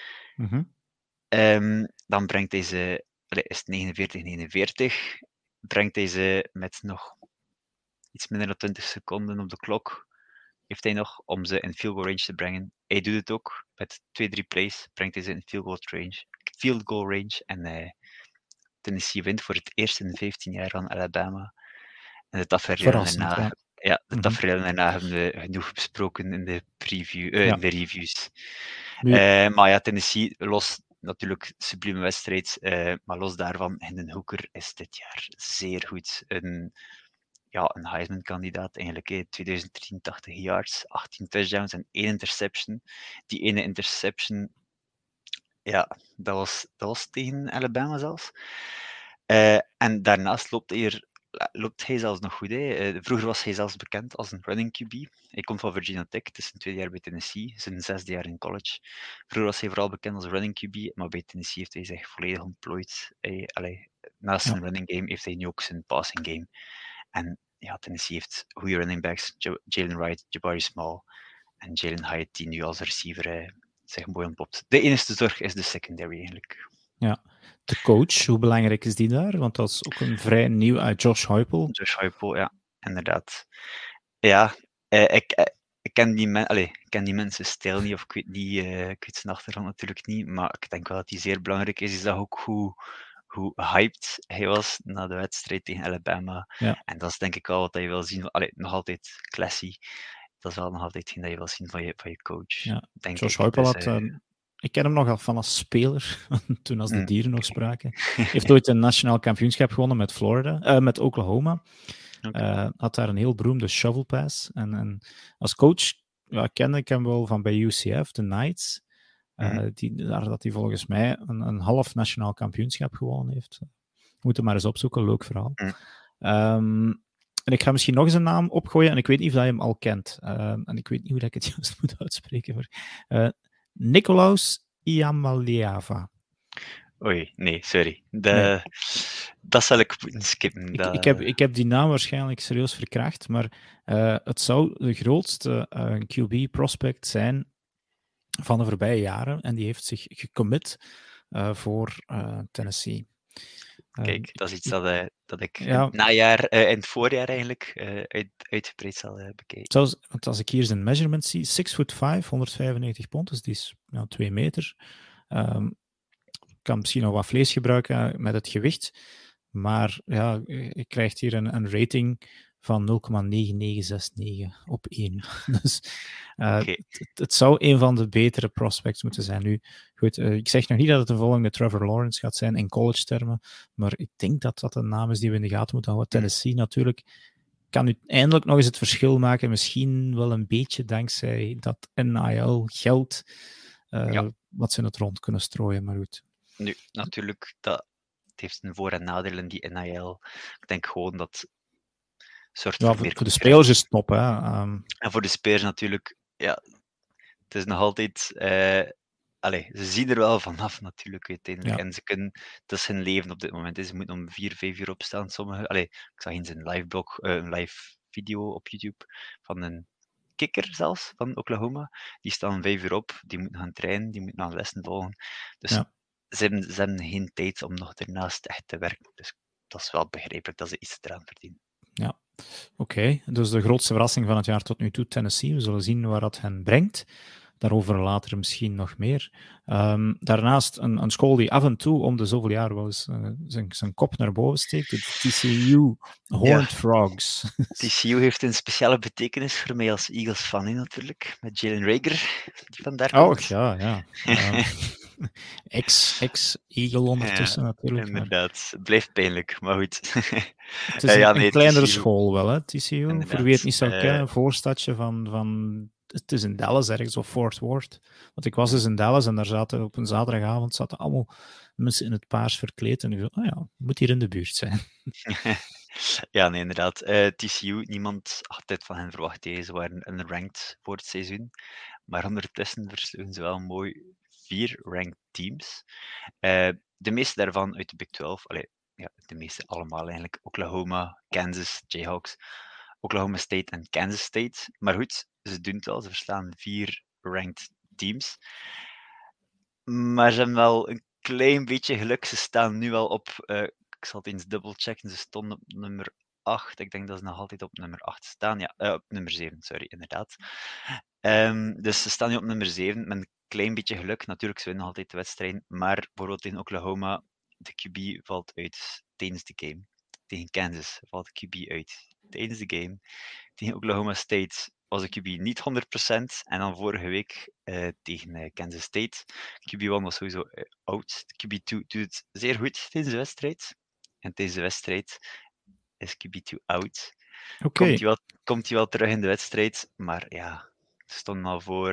Dan brengt hij ze, is het 49-49, brengt hij ze met nog iets minder dan 20 seconden op de klok. Heeft hij nog om ze in field goal range te brengen. Hij doet het ook. Met 2-3 plays brengt hij ze in field goal range. En Tennessee wint voor het eerst in 15 jaar van Alabama. En de tafereelen daarna hebben we genoeg besproken in de in de reviews. Maar ja, Tennessee, los natuurlijk sublieme wedstrijd, maar los daarvan, Hendon Hooker is dit jaar zeer goed. Een Heisman-kandidaat eigenlijk. 2083 yards, 18 touchdowns en 1 interception. Die ene interception, dat was tegen Alabama zelfs. En daarnaast loopt hij zelfs nog goed. Vroeger was hij zelfs bekend als een running QB. Hij komt van Virginia Tech, het is zijn 2e jaar bij Tennessee, zijn 6e jaar in college. Vroeger was hij vooral bekend als running QB, maar bij Tennessee heeft hij zich volledig ontplooid. Naast zijn running game heeft hij nu ook zijn passing game. En Tennessee heeft goede running backs, Jalen Wright, Jabari Small en Jalen Hyatt, die nu als receiver zich mooi ontpopt. De enige zorg is de secondary eigenlijk. Ja, de coach, hoe belangrijk is die daar? Want dat is ook een vrij nieuw Josh Heupel. Josh Heupel, ja, inderdaad. Ja, ik ken die mensen stijl niet, of ik weet zijn achtergrond natuurlijk niet, maar ik denk wel dat die zeer belangrijk is. Je zag ook hoe hyped hij was na de wedstrijd tegen Alabama. Ja. En dat is denk ik wel wat je wil zien. Nog altijd classy. Dat is wel nog altijd hetgeen dat je wil zien van je coach. Ja. Denk Josh Heupel had... ik ken hem nog al van als speler, toen als de dieren nog spraken. Hij heeft ooit een nationaal kampioenschap gewonnen met Oklahoma. Had daar een heel beroemde shovel pass. En als coach kende ik hem wel van bij UCF, de Knights. Daar dat hij volgens mij een half nationaal kampioenschap gewonnen heeft. Moet hem maar eens opzoeken, leuk verhaal. En ik ga misschien nog eens een naam opgooien, en ik weet niet of dat je hem al kent. En ik weet niet hoe dat ik het juist moet uitspreken. Nicolaus Iamaleava. Oei, nee, sorry. Nee. Dat zal ik moeten skippen. Ik heb die naam waarschijnlijk serieus verkracht, maar het zou de grootste QB-prospect zijn van de voorbije jaren. En die heeft zich gecommit voor Tennessee. Kijk, dat is iets dat ik in Ja, het najaar, in het voorjaar eigenlijk, uitgebreid zal bekijken. want als ik hier zijn measurement zie, 6'5", 195 pond, dus die is 2 meter. Kan misschien nog wat vlees gebruiken met het gewicht, maar ja, je krijgt hier een rating van 0,9969 op 1. Dus het zou een van de betere prospects moeten zijn. Nu, goed, ik zeg nog niet dat het de volgende Trevor Lawrence gaat zijn in college-termen, maar ik denk dat dat een naam is die we in de gaten moeten houden. Tennessee natuurlijk kan nu eindelijk nog eens het verschil maken, misschien wel een beetje dankzij dat NIL-geld wat ze in het rond kunnen strooien, maar goed. Nu, natuurlijk, het heeft een voor- en nadeel in die NIL. Ik denk gewoon dat soort voor de spelers is het top. Hè? En voor de spelers natuurlijk, ja, het is nog altijd... ze zien er wel vanaf natuurlijk uiteindelijk. Ja. En ze kunnen, dat is hun leven op dit moment. Ze moeten om 4-5 uur opstaan. Ik zag eens een live blog, een live video op YouTube van een kikker zelfs, van Oklahoma. Die staan om 5 uur op, die moeten gaan trainen, die moeten aan lessen volgen. Dus ze hebben geen tijd om nog daarnaast echt te werken. Dus dat is wel begrijpelijk dat ze iets eraan verdienen. Ja, oké. Dus de grootste verrassing van het jaar tot nu toe, Tennessee. We zullen zien waar dat hen brengt. Daarover later misschien nog meer. Daarnaast een school die af en toe om de zoveel jaar wel eens zijn kop naar boven steekt. De TCU Horned Frogs. TCU heeft een speciale betekenis voor mij als Eagles-fan natuurlijk. Met Jalen Reagor, die vandaar komt. Ja. Ex-Eagle ondertussen natuurlijk. Inderdaad, het blijft pijnlijk, maar goed. Het is een kleinere TCU. school wel, hè, TCU. Inderdaad. Voor wie het niet zou kennen, een voorstadje van... Het is in Dallas ergens, of Fort Worth. Want ik was dus in Dallas en daar zaten op een zaterdagavond allemaal mensen in het paars verkleed. En ik dacht, moet hier in de buurt zijn. Ja, nee, inderdaad. TCU, niemand had dit van hen verwacht. Ze waren unranked voor het seizoen. Maar ondertussen versloegen ze wel mooi 4 ranked teams. De meeste daarvan uit de Big 12. De meeste allemaal eigenlijk. Oklahoma, Kansas, Jayhawks, Oklahoma State en Kansas State. Maar goed, ze doen het wel. Ze verslaan 4 ranked teams. Maar ze hebben wel een klein beetje geluk. Ze staan nu wel op... ik zal het eens dubbelchecken. Ze stonden op nummer 8. Ik denk dat ze nog altijd op nummer 8 staan. Ja, op nummer 7, sorry, inderdaad. Dus ze staan nu op nummer 7 met een klein beetje geluk. Natuurlijk, ze winnen nog altijd de wedstrijd. Maar bijvoorbeeld in Oklahoma, de QB valt uit tijdens de game. Tegen Kansas valt de QB uit tijdens de game. Tegen Oklahoma State was de QB niet 100%. En dan vorige week tegen Kansas State. QB1 was sowieso oud. QB2 doet het zeer goed tijdens de wedstrijd. En tijdens de wedstrijd is QB2 oud. Okay. Komt hij wel terug in de wedstrijd. Maar ja, ze stonden al voor.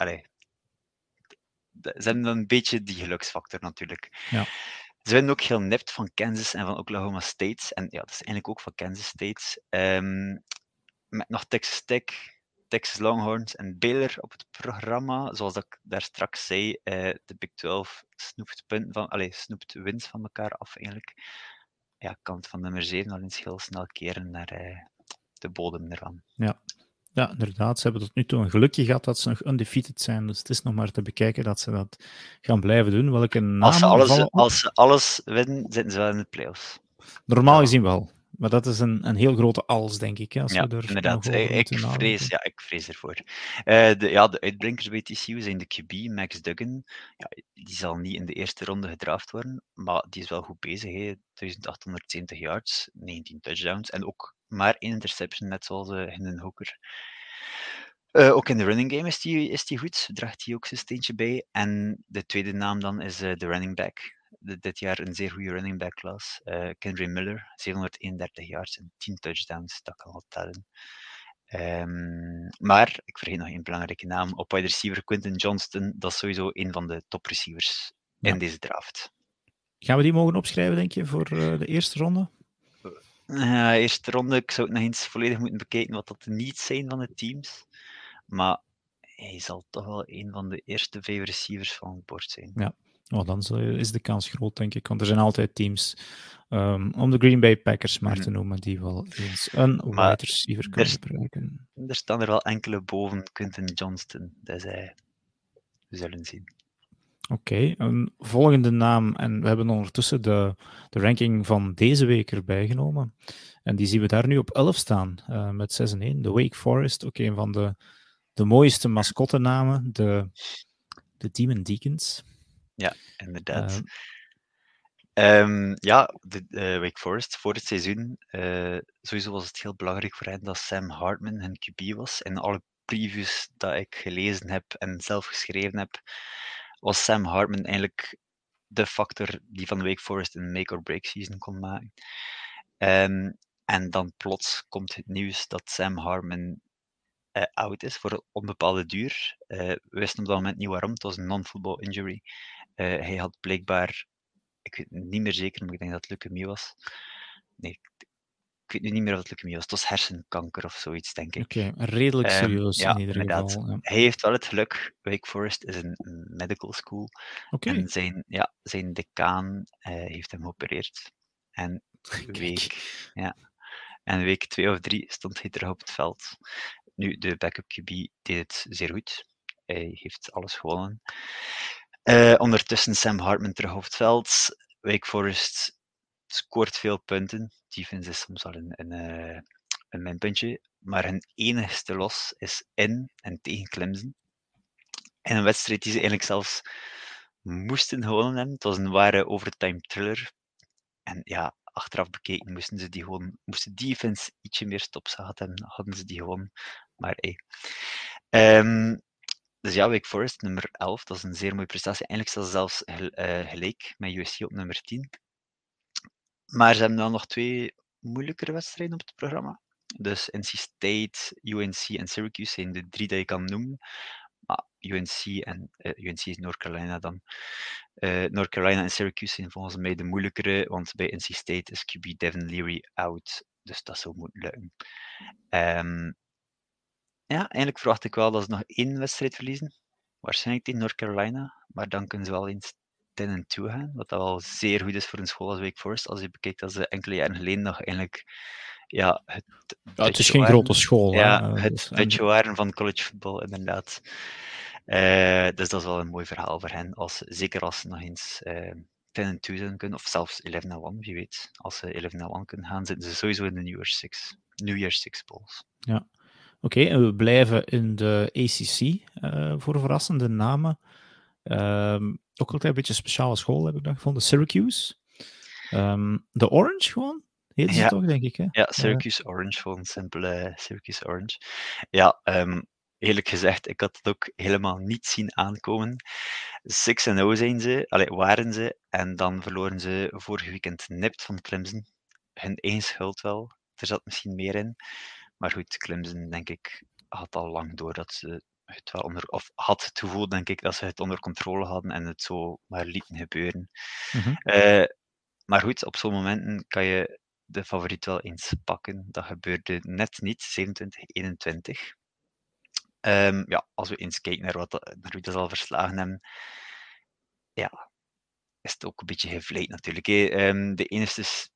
Ze hebben dan een beetje die geluksfactor natuurlijk. Ja. Ze winnen ook heel nipt van Kansas en van Oklahoma State. En ja, dat is eigenlijk ook van Kansas State. Met nog Texas Tech, Texas Longhorns en Baylor op het programma. Zoals ik daar straks zei, de Big 12 snoept winst van elkaar af eigenlijk. Ja, kan het van nummer 7 al eens heel snel keren naar de bodem ervan. Ja, inderdaad. Ze hebben tot nu toe een gelukje gehad dat ze nog undefeated zijn. Dus het is nog maar te bekijken dat ze dat gaan blijven doen. Welke namen als ze alles winnen, zitten ze wel in de playoffs. Normaal gezien wel. Maar dat is een heel grote als, denk ik. Hè, als ja, we er inderdaad. Ik vrees ervoor. De uitblinkers bij TCU zijn de QB, Max Duggan. Ja, die zal niet in de eerste ronde gedraft worden, maar die is wel goed bezig. 1870 yards, 19 touchdowns en ook maar 1 interception, net zoals Hendon Hooker. Ook in de running game is die goed, draagt hij ook zijn steentje bij. En de tweede naam dan is de running back. Dit jaar een zeer goede running back class. Kendre Miller, 731 yards en 10 touchdowns, dat kan wel tellen. Maar, ik vergeet nog één belangrijke naam. Op wide receiver Quentin Johnston, dat is sowieso een van de top receivers in deze draft. Gaan we die mogen opschrijven, denk je, voor de eerste ronde? Eerste ronde, ik zou het nog eens volledig moeten bekijken wat dat de needs zijn van de teams. Maar hij zal toch wel een van de eerste 5 receivers van het bord zijn. Ja, dan is de kans groot, denk ik. Want er zijn altijd teams, om de Green Bay Packers maar te noemen, die wel eens een wide receiver kunnen gebruiken. Er staan er wel enkele boven Quentin Johnston. Dus we zullen zien. Oké, een volgende naam. En we hebben ondertussen de ranking van deze week erbij genomen. En die zien we daar nu op 11 staan, met 6-1. De Wake Forest, ook een van de mooiste mascottennamen. De Demon Deacons. Ja, inderdaad. De Wake Forest voor het seizoen, sowieso was het heel belangrijk voor hen dat Sam Hartman hun QB was. In alle previews dat ik gelezen heb en zelf geschreven heb, was Sam Hartman eigenlijk de factor die van de Wake Forest een make-or-break season kon maken. En dan plots komt het nieuws dat Sam Hartman out is voor een onbepaalde duur. We wisten op dat moment niet waarom, het was een non-football injury. Hij had blijkbaar, ik weet niet meer zeker, maar ik denk dat het leukemie was. Nee, ik weet nu niet meer of het leukemie was. Het was hersenkanker of zoiets, denk ik. Oké, redelijk serieus ja, in ieder inderdaad. geval. Ja. Hij heeft wel het geluk, Wake Forest is een medical school. Oké. En zijn decaan heeft hem geopereerd. En week 2 of 3 stond hij terug op het veld. Nu, de backup QB deed het zeer goed. Hij heeft alles gewonnen. Ondertussen Sam Hartman terug op het veld. Wake Forest scoort veel punten. Defense is soms al een minpuntje. Maar hun enigste los is in en tegen Clemson. En een wedstrijd die ze eigenlijk zelfs moesten gewonnen hebben. Het was een ware overtime thriller. En ja, achteraf bekeken moesten defense ietsje meer stops gehad hebben, hadden ze die gewonnen. Maar dus ja, Wake Forest, nummer 11, dat is een zeer mooie prestatie. Eigenlijk zelfs gelijk met USC op nummer 10. Maar ze hebben dan nog 2 moeilijkere wedstrijden op het programma. Dus NC State, UNC en Syracuse zijn de 3 die je kan noemen. Maar UNC is North Carolina dan. North Carolina en Syracuse zijn volgens mij de moeilijkere, want bij NC State is QB Devin Leary out. Dus dat zou moeten lukken. Eigenlijk verwacht ik wel dat ze nog 1 wedstrijd verliezen. Waarschijnlijk tegen North Carolina, maar dan kunnen ze wel eens 10-2 gaan, wat dat wel zeer goed is voor een school als Wake Forest. Als je bekijkt dat ze enkele jaren geleden nog eigenlijk het is geen grote school. Het dutje waren van college football, inderdaad. Dus dat is wel een mooi verhaal voor hen. Zeker als ze nog eens 10-2 zouden kunnen, of zelfs 11-1, wie weet. Als ze 11-1 kunnen gaan, zitten ze sowieso in de New Year's Six Bowls. Ja. Oké, en we blijven in de ACC voor verrassende namen. Ook altijd een beetje een speciale school, heb ik dan gevonden. Syracuse. De Orange gewoon? Heet ze toch, denk ik? Hè? Ja, Syracuse Orange, gewoon simpele Syracuse Orange. Ja, eerlijk gezegd, ik had het ook helemaal niet zien aankomen. 6-0 waren ze, en dan verloren ze vorig weekend nipt van Clemson. Hun eigen schuld wel, er zat misschien meer in. Maar goed, Clemson, denk ik, had al lang door dat ze het wel had het gevoel, denk ik, dat ze het onder controle hadden en het zo maar lieten gebeuren. Maar goed, op zo'n momenten kan je de favoriet wel eens pakken. Dat gebeurde net niet, 27-21. Als we eens kijken naar wie dat al verslagen hebben, ja, is het ook een beetje gevleid natuurlijk. De enige is,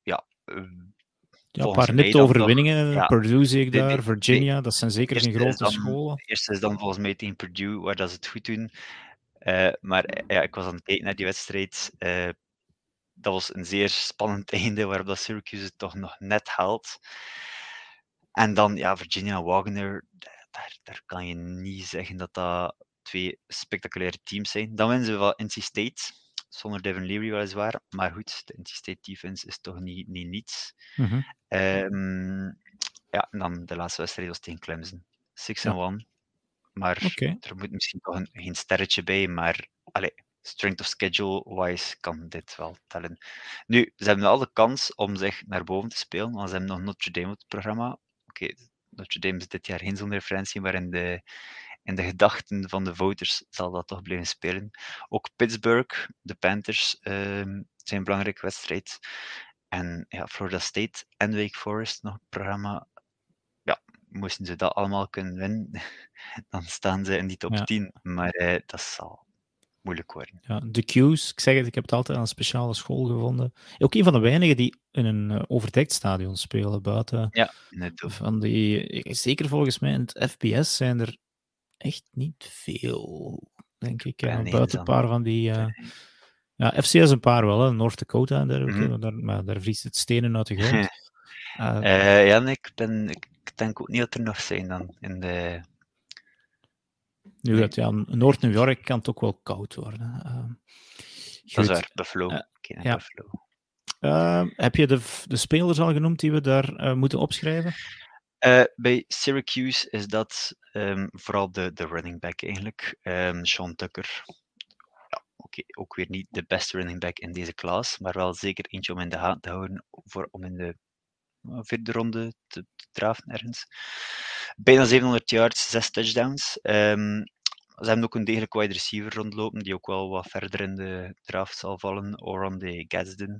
een paar nipte overwinningen. Purdue zie ik daar, Virginia, dat zijn zeker geen grote scholen. De eerste is dan volgens mij tegen Purdue, waar dat ze het goed doen. Maar ik was aan het kijken naar die wedstrijd. Dat was een zeer spannend einde, waarop dat Syracuse het toch nog net haalt. En dan, Virginia Wagner, daar kan je niet zeggen dat dat 2 spectaculaire teams zijn. Dan winnen ze van NC State, zonder Devin Leary weliswaar. Maar goed, de NC State defense is toch niet niets. En dan de laatste wedstrijd was tegen Clemson. 6-1. Maar er moet misschien nog geen sterretje bij, maar strength of schedule-wise kan dit wel tellen. Nu, ze hebben wel de kans om zich naar boven te spelen, want ze hebben nog Notre Dame op het programma. Notre Dame is dit jaar geen zo'n referentie, maar in de gedachten van de voters zal dat toch blijven spelen. Ook Pittsburgh, de Panthers, zijn een belangrijke wedstrijd. En ja, Florida State en Wake Forest nog een programma. Ja, moesten ze dat allemaal kunnen winnen, dan staan ze in die top 10. Maar dat zal moeilijk worden. Ja, de Q's, ik zeg het, ik heb het altijd aan een speciale school gevonden. Ook een van de weinigen die in een overdekt stadion spelen buiten. Ja, net van die, zeker volgens mij in het FPS zijn er echt niet veel, denk ik. Buiten een paar van die... ja, FCS een paar wel, hè. North Dakota en dergelijke, maar daar vriest het stenen uit de grond. Ja, nee, ik denk ook niet dat er nog zijn dan in de... Nu, nee. Ja, Noord-New York kan het ook wel koud worden. Dat is waar, Buffalo. Ja. Buffalo. Heb je de spelers al genoemd die we daar moeten opschrijven? Bij Syracuse is dat vooral de running back eigenlijk. Sean Tucker. Ja, ook weer niet de beste running back in deze klas, maar wel zeker eentje om in de gaten te houden om in de vierde ronde te draften ergens. Bijna 700 yards, 6 touchdowns. Ze hebben ook een degelijke wide receiver rondlopen, die ook wel wat verder in de draft zal vallen. Oronde Gadsden.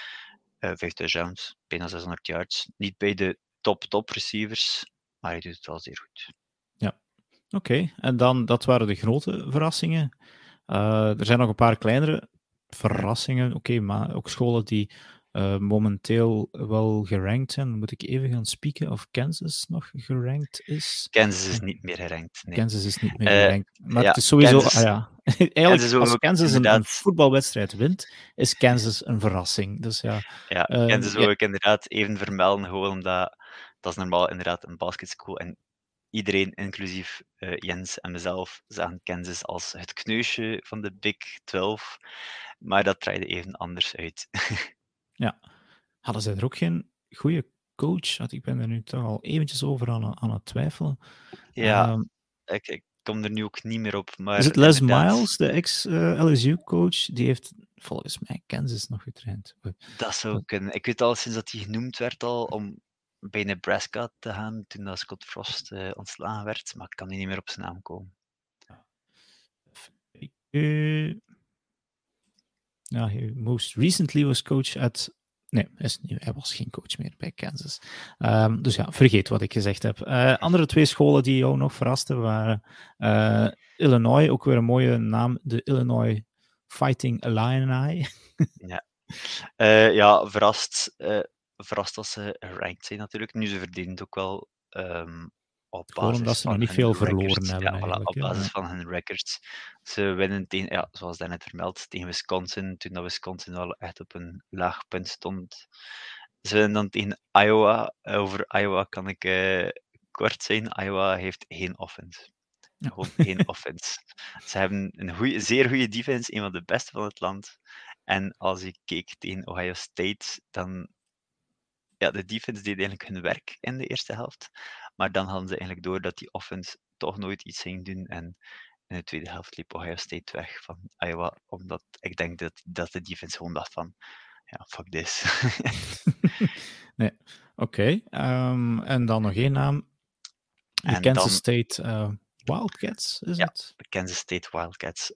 5 touchdowns, bijna 600 yards. Niet bij de top receivers, maar hij doet het wel zeer goed. Ja, oké. En dan, dat waren de grote verrassingen. Er zijn nog een paar kleinere verrassingen. Oké, maar ook scholen die momenteel wel gerankt zijn. Moet ik even gaan spieken of Kansas nog gerankt is? Kansas is niet meer gerankt. Nee. Kansas is niet meer gerankt. Maar ja, het is sowieso... Kansas, eigenlijk, Kansas als Kansas een voetbalwedstrijd wint, is Kansas een verrassing. Dus ja, Kansas wil ik inderdaad even vermelden, gewoon omdat dat is normaal inderdaad een basketschool en iedereen, inclusief Jens en mezelf, zagen Kansas als het kneusje van de Big 12, maar dat draaide even anders uit. Ja. Hadden zij er ook geen goede coach? Want ik ben er nu toch al eventjes over aan het twijfelen. Ja, ik kom er nu ook niet meer op. Maar is het Les Miles, de ex-LSU-coach? Die heeft volgens mij Kansas nog getraind. Dat zou kunnen. Ik weet al sinds dat hij genoemd werd al om bij Nebraska te gaan, toen dat Scott Frost ontslagen werd, maar ik kan niet meer op zijn naam komen. He most recently was coach at... Nee, hij was geen coach meer bij Kansas. Dus ja, vergeet wat ik gezegd heb. Andere twee scholen die jou nog verrasten waren Illinois, ook weer een mooie naam, de Illinois Fighting Illini. Ja, verrast als ze gerankt zijn natuurlijk. Nu, ze verdienen het ook wel op basis omdat ze van nog niet veel verloren hebben. Ja, op basis van hun records. Ze winnen tegen, ja, zoals daarnet vermeld, tegen Wisconsin, toen dat Wisconsin wel echt op een laag punt stond. Ze winnen dan tegen Iowa. Over Iowa kan ik kort zijn. Iowa heeft geen offense. Ja. Gewoon geen offense. Ze hebben een zeer goede defense, een van de beste van het land. En als ik keek tegen Ohio State, dan... Ja, de defense deed eigenlijk hun werk in de eerste helft. Maar dan hadden ze eigenlijk door dat die offense toch nooit iets ging doen. En in de tweede helft liep Ohio State weg van Iowa. Omdat ik denk dat de defense gewoon dacht van... Ja, fuck this. Nee, oké. En dan nog één naam. De Kansas State Wildcats, is het? De Kansas State Wildcats.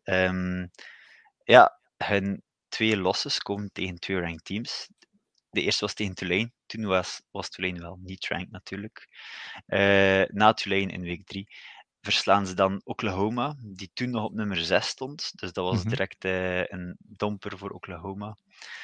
Ja, hun 2 losses komen tegen 2 ranked teams. De eerste was tegen Tulane. Toen was Tulane wel niet ranked natuurlijk. Na Tulane in week 3 verslaan ze dan Oklahoma, die toen nog op nummer 6 stond. Dus dat was direct een domper voor Oklahoma.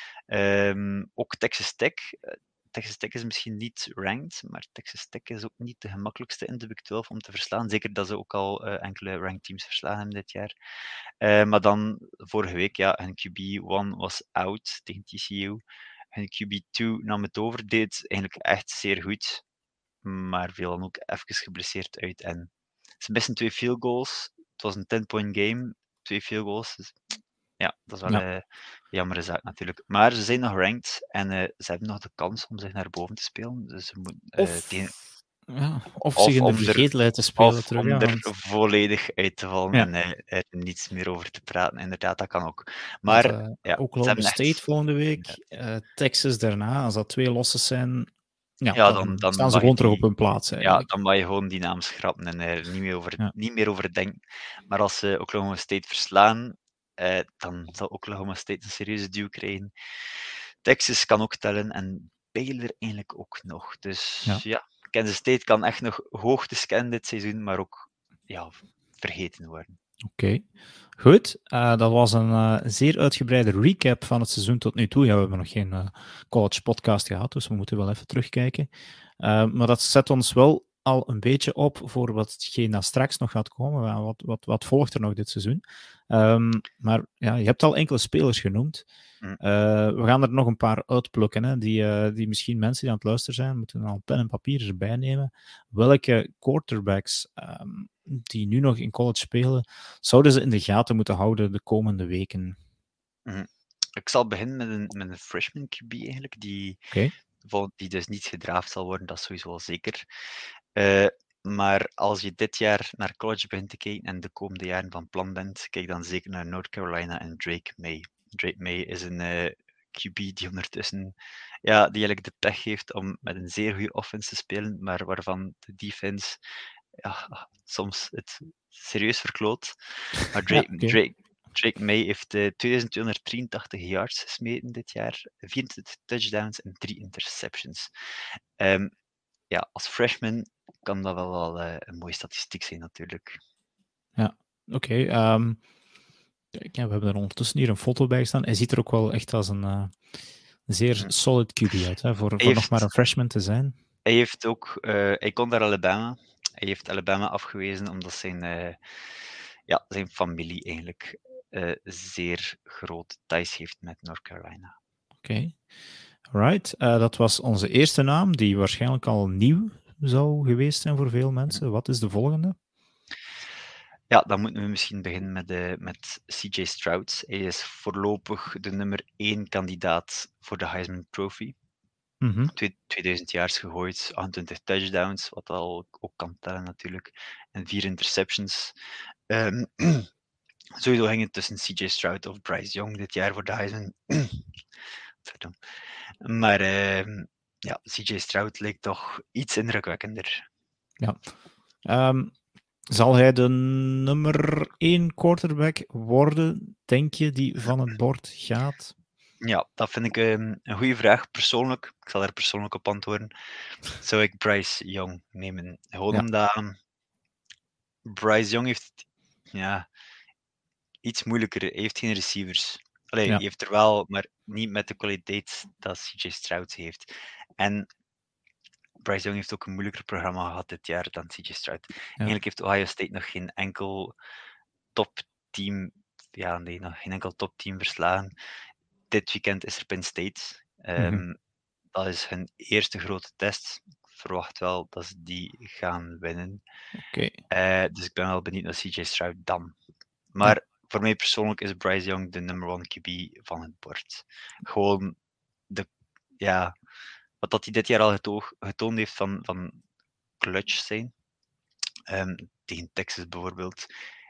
Ook Texas Tech. Texas Tech is misschien niet ranked, maar Texas Tech is ook niet de gemakkelijkste in de Big 12 om te verslaan. Zeker dat ze ook al enkele ranked teams verslagen hebben dit jaar. Maar dan vorige week, ja, hun QB1 was out tegen TCU. Hun QB2 nam het over, deed eigenlijk echt zeer goed, maar viel dan ook even geblesseerd uit. En ze missen 2 field goals. Het was een 10-point game, 2 field goals. Dus ja, dat is wel een jammere zaak natuurlijk. Maar ze zijn nog ranked en ze hebben nog de kans om zich naar boven te spelen. Dus ze moeten of zich in de vergetelheid te spelen. Of om er volledig uit te vallen en er niets meer over te praten. Inderdaad, dat kan ook. Maar Oklahoma State volgende week, Texas daarna, als dat 2 losses zijn, dan staan ze gewoon terug op hun plaats. Eigenlijk. Ja, dan mag je gewoon die naam schrappen en er niet meer over denken. Maar als ze Oklahoma State verslaan, dan zal Oklahoma State een serieuze duw krijgen. Texas kan ook tellen en Baylor eigenlijk ook nog. Dus Ja. Kansas State kan echt nog hoogtes kennen dit seizoen, maar ook vergeten worden. Oké. Goed. Dat was een zeer uitgebreide recap van het seizoen tot nu toe. Ja, we hebben nog geen college podcast gehad, dus we moeten wel even terugkijken. Maar dat zet ons wel al een beetje op voor watgeen dat straks nog gaat komen. Wat volgt er nog dit seizoen? Maar ja, je hebt al enkele spelers genoemd. We gaan er nog een paar uitplukken, hè, die misschien mensen die aan het luisteren zijn, moeten al pen en papier erbij nemen. Welke quarterbacks die nu nog in college spelen, zouden ze in de gaten moeten houden de komende weken? Ik zal beginnen met een freshman QB eigenlijk, die dus niet gedraft zal worden, dat is sowieso al zeker. Maar als je dit jaar naar college begint te kijken en de komende jaren van plan bent, kijk dan zeker naar North Carolina en Drake May. Drake May is een QB die ondertussen die eigenlijk de pech heeft om met een zeer goede offense te spelen, maar waarvan de defense soms het serieus verkloot. Maar Drake May heeft 2283 yards gesmeten dit jaar, 24 touchdowns en 3 interceptions. Als freshman kan dat wel een mooie statistiek zijn natuurlijk. Ja, oké. We hebben er ondertussen hier een foto bij staan. Hij ziet er ook wel echt als een zeer solid QB uit, hè, voor nog maar een freshman te zijn. Hij kon naar Alabama. Hij heeft Alabama afgewezen omdat zijn familie eigenlijk zeer grote ties heeft met North Carolina. Oké. Right. Dat was onze eerste naam, die waarschijnlijk al nieuw zou geweest zijn voor veel mensen. Wat is de volgende? Ja, dan moeten we misschien beginnen met CJ Stroud. Hij is voorlopig de nummer 1 kandidaat voor de Heisman Trophy. 2000 yards gegooid, 28 touchdowns, wat al ook kan tellen natuurlijk, en 4 interceptions. Sowieso ging het tussen CJ Stroud of Bryce Young dit jaar voor de Heisman. Maar CJ Stroud leek toch iets indrukwekkender. Ja. Zal hij de nummer 1 quarterback worden, denk je, die van het bord gaat? Ja, dat vind ik een goede vraag. Persoonlijk, ik zal er persoonlijk op antwoorden, zou ik Bryce Young nemen. Gewoon omdat Bryce Young heeft iets moeilijker. Hij heeft geen receivers. Hij heeft er wel, maar niet met de kwaliteit dat CJ Stroud heeft. En Bryce Young heeft ook een moeilijker programma gehad dit jaar dan CJ Stroud. Eigenlijk heeft Ohio State nog geen enkel topteam nog geen enkel topteam verslagen. Dit weekend is er Penn State. Dat is hun eerste grote test. Ik verwacht wel dat ze die gaan winnen. Dus ik ben wel benieuwd naar CJ Stroud dan. Maar voor mij persoonlijk is Bryce Young de number 1 QB van het bord. Gewoon wat dat hij dit jaar al getoond heeft van clutch zijn. Tegen Texas bijvoorbeeld.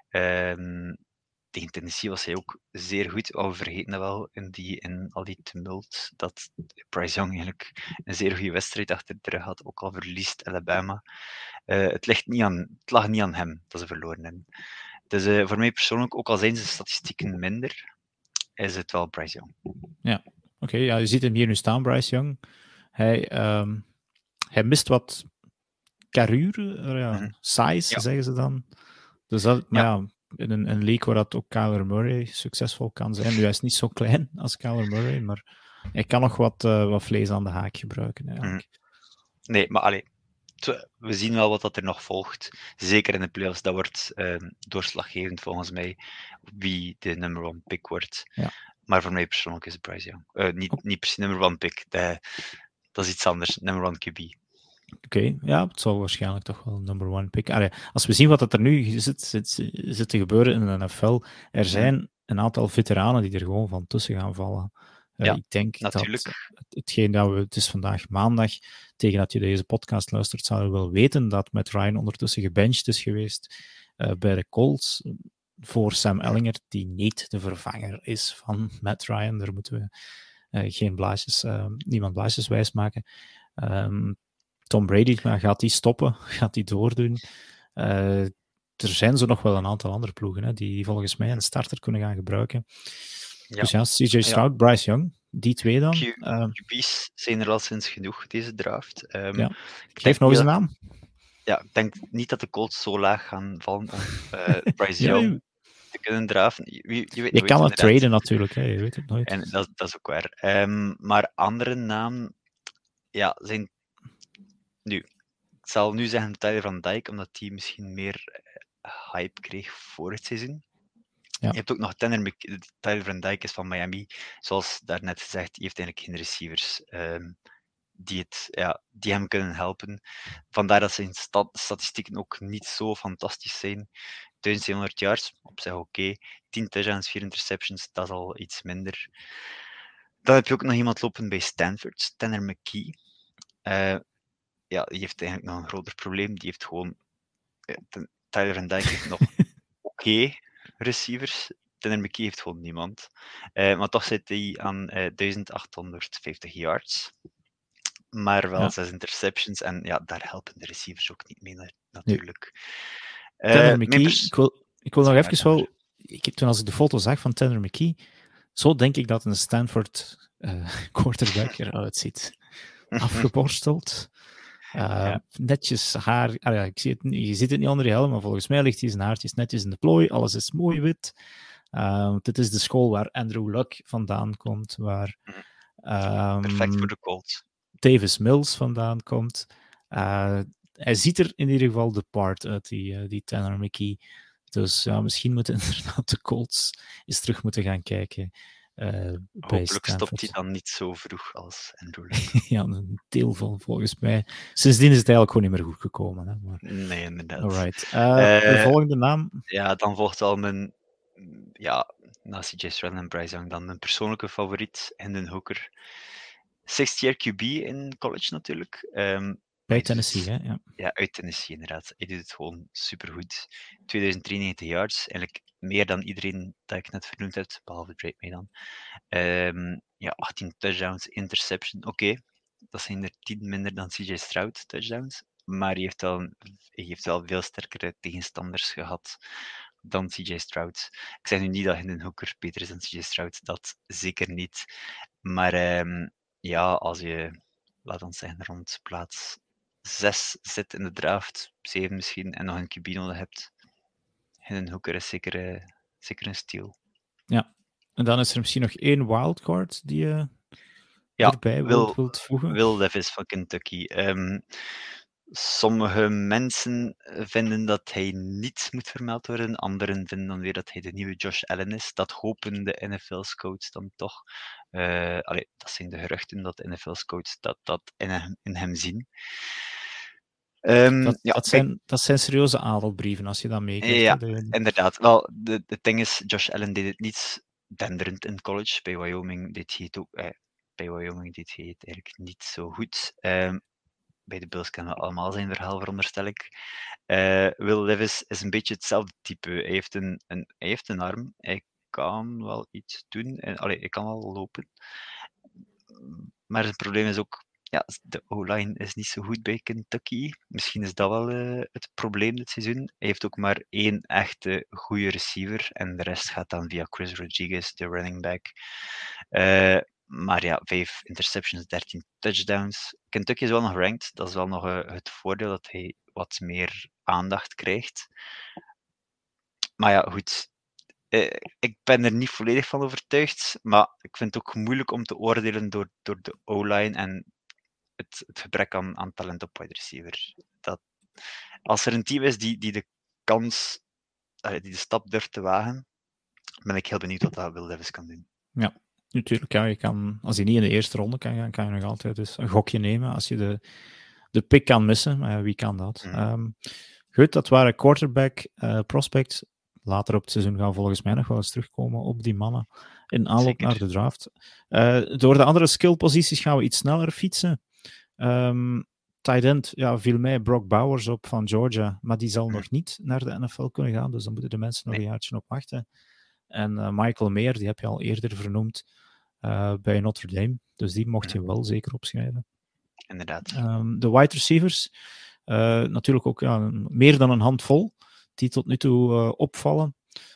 Tegen Tennessee was hij ook zeer goed. We vergeten dat wel in al die tumult, dat Bryce Young eigenlijk een zeer goede wedstrijd achter de rug had, ook al verliest Alabama. Het lag niet aan hem dat ze verloren hebben. Dus voor mij persoonlijk, ook al zijn zijn statistieken minder, is het wel Bryce Young. Ja, oké. Je ziet hem hier nu staan, Bryce Young. Hij mist wat carrure, size, zeggen ze dan. Dus dat, in een league waar dat ook Kyler Murray succesvol kan zijn. Nu, hij is niet zo klein als Kyler Murray, maar hij kan nog wat vlees aan de haak gebruiken. Eigenlijk. Nee, maar we zien wel wat dat er nog volgt. Zeker in de playoffs. Dat wordt doorslaggevend volgens mij wie de number 1 pick wordt. Ja. Maar voor mij persoonlijk is het Bryce Young. Niet precies number 1 pick. Dat is iets anders. Number 1 QB. Oké, het zal waarschijnlijk toch wel number 1 pick. Als we zien wat er nu zit te gebeuren in de NFL, er zijn een aantal veteranen die er gewoon van tussen gaan vallen. Ik denk natuurlijk. dat het is vandaag maandag, tegen dat je deze podcast luistert, zou je wel weten dat Matt Ryan ondertussen gebenched is geweest bij de Colts voor Sam Ehlinger, die niet de vervanger is van Matt Ryan. Daar moeten we niemand blaasjes wijs maken. Tom Brady, gaat die stoppen? Gaat die doordoen? Er zijn zo nog wel een aantal andere ploegen die volgens mij een starter kunnen gaan gebruiken. Dus CJ Stroud, Bryce Young, die twee dan. QB's zijn er al sinds genoeg deze draft. Ja. Geef nog eens een naam. Ja, ik denk niet dat de Colts zo laag gaan vallen om Bryce Ja, Young te kunnen draften. Je kan het traden natuurlijk, hè. Je weet het nooit. En dat is ook waar. Maar andere namen zijn... Nu, ik zal nu zeggen Tyler Van Dyke, omdat die misschien meer hype kreeg voor het seizoen. Ja. Je hebt ook nog Tyler Van Dyke is van Miami. Zoals daarnet gezegd, die heeft eigenlijk geen receivers die hem kunnen helpen. Vandaar dat zijn statistieken ook niet zo fantastisch zijn. 1700 yards, op zich oké. 10 touchdowns, 4 interceptions, dat is al iets minder. Dan heb je ook nog iemand lopen bij Stanford, Tanner McKee. Die heeft eigenlijk nog een groter probleem. Die heeft gewoon... Tyler Van Dyke heeft nog oké receivers. Tanner McKee heeft gewoon niemand. Maar toch zit hij aan 1850 yards. Maar wel 6 interceptions. En daar helpen de receivers ook niet mee, natuurlijk. Tanner McKee, ik wil nog even wel... Toen als ik de foto zag van Tanner McKee, zo denk ik dat een Stanford quarterback eruit ziet. Afgeborsteld. Netjes haar. Ik zie het, je ziet het niet onder je helm, maar volgens mij ligt hij zijn haartjes netjes in de plooi. Alles is mooi wit. Dit is de school waar Andrew Luck vandaan komt. Waar perfect voor de Colts. Davis Mills vandaan komt. Hij ziet er in ieder geval de part uit, die Tanner McKee. Dus misschien moeten inderdaad de Colts eens terug moeten gaan kijken. Hopelijk stopt hij dan niet zo vroeg als Andrew Luck. Ja, een deel van volgens mij. Sindsdien is het eigenlijk gewoon niet meer goed gekomen. Hè? Maar... Nee, inderdaad. Alright. De volgende naam? Ja, dan volgt wel mijn... na CJ Stroud en Bryce Young dan mijn persoonlijke favoriet, Hendon Hooker. 6th-year QB in college natuurlijk. Bij Tennessee, hè? Ja, uit Tennessee inderdaad. Hij doet het gewoon supergoed. 2093 yards, eigenlijk meer dan iedereen dat ik net vernoemd heb, behalve Drake May dan. 18 touchdowns, interception. Oké, dat zijn er 10 minder dan CJ Stroud touchdowns. Maar hij heeft wel veel sterkere tegenstanders gehad dan CJ Stroud. Ik zeg nu niet dat Hendon Hooker beter is dan CJ Stroud, dat zeker niet. Maar als je, laat ons zeggen, rond plaats 6 zit in de draft, 7 misschien, en nog een QB nodig hebt, Hendon Hooker is zeker een steal. Ja, en dan is er misschien nog 1 wildcard die je erbij wilt voegen. Will Levis van Kentucky. Sommige mensen vinden dat hij niet moet vermeld worden, anderen vinden dan weer dat hij de nieuwe Josh Allen is. Dat hopen de NFL-scouts dan toch. Dat zijn de geruchten dat de NFL-scouts dat in hem zien. Dat zijn serieuze adelbrieven als je dat meekrijgt. Ja, inderdaad. Wel, het ding is, Josh Allen deed het niet denderend in college. Bij Wyoming deed hij het ook. Bij Wyoming deed hij het eigenlijk niet zo goed. Bij de Bills kennen we allemaal zijn verhaal, veronderstel ik. Will Levis is een beetje hetzelfde type. Hij heeft een arm. Hij kan wel iets doen. Hij kan wel lopen. Maar het probleem is ook, de O-line is niet zo goed bij Kentucky. Misschien is dat wel het probleem dit seizoen. Hij heeft ook maar 1 echte goede receiver. En de rest gaat dan via Chris Rodriguez, de running back. Maar 5 interceptions, 13 touchdowns. Kentucky is wel nog ranked. Dat is wel nog het voordeel dat hij wat meer aandacht krijgt. Maar goed. Ik ben er niet volledig van overtuigd. Maar ik vind het ook moeilijk om te oordelen door de O-line en het gebrek aan talent op wide receiver. Als er een team is die de kans, die de stap durft te wagen, ben ik heel benieuwd wat dat Will Levis kan doen. Ja. Natuurlijk, je kan, als hij niet in de eerste ronde kan gaan, kan je nog altijd dus een gokje nemen als je de pick kan missen. Maar wie kan dat? Goed, dat waren quarterback prospects. Later op het seizoen gaan we volgens mij nog wel eens terugkomen op die mannen in aanloop naar de draft. Door de andere skillposities gaan we iets sneller fietsen. Tight end, viel mij Brock Bowers op van Georgia, maar die zal nog niet naar de NFL kunnen gaan, dus dan moeten de mensen nog een jaartje op wachten. En Michael Mayer, die heb je al eerder vernoemd bij Notre Dame. Dus die mocht je wel zeker opschrijven. Inderdaad. De wide receivers, natuurlijk ook meer dan een handvol, die tot nu toe opvallen.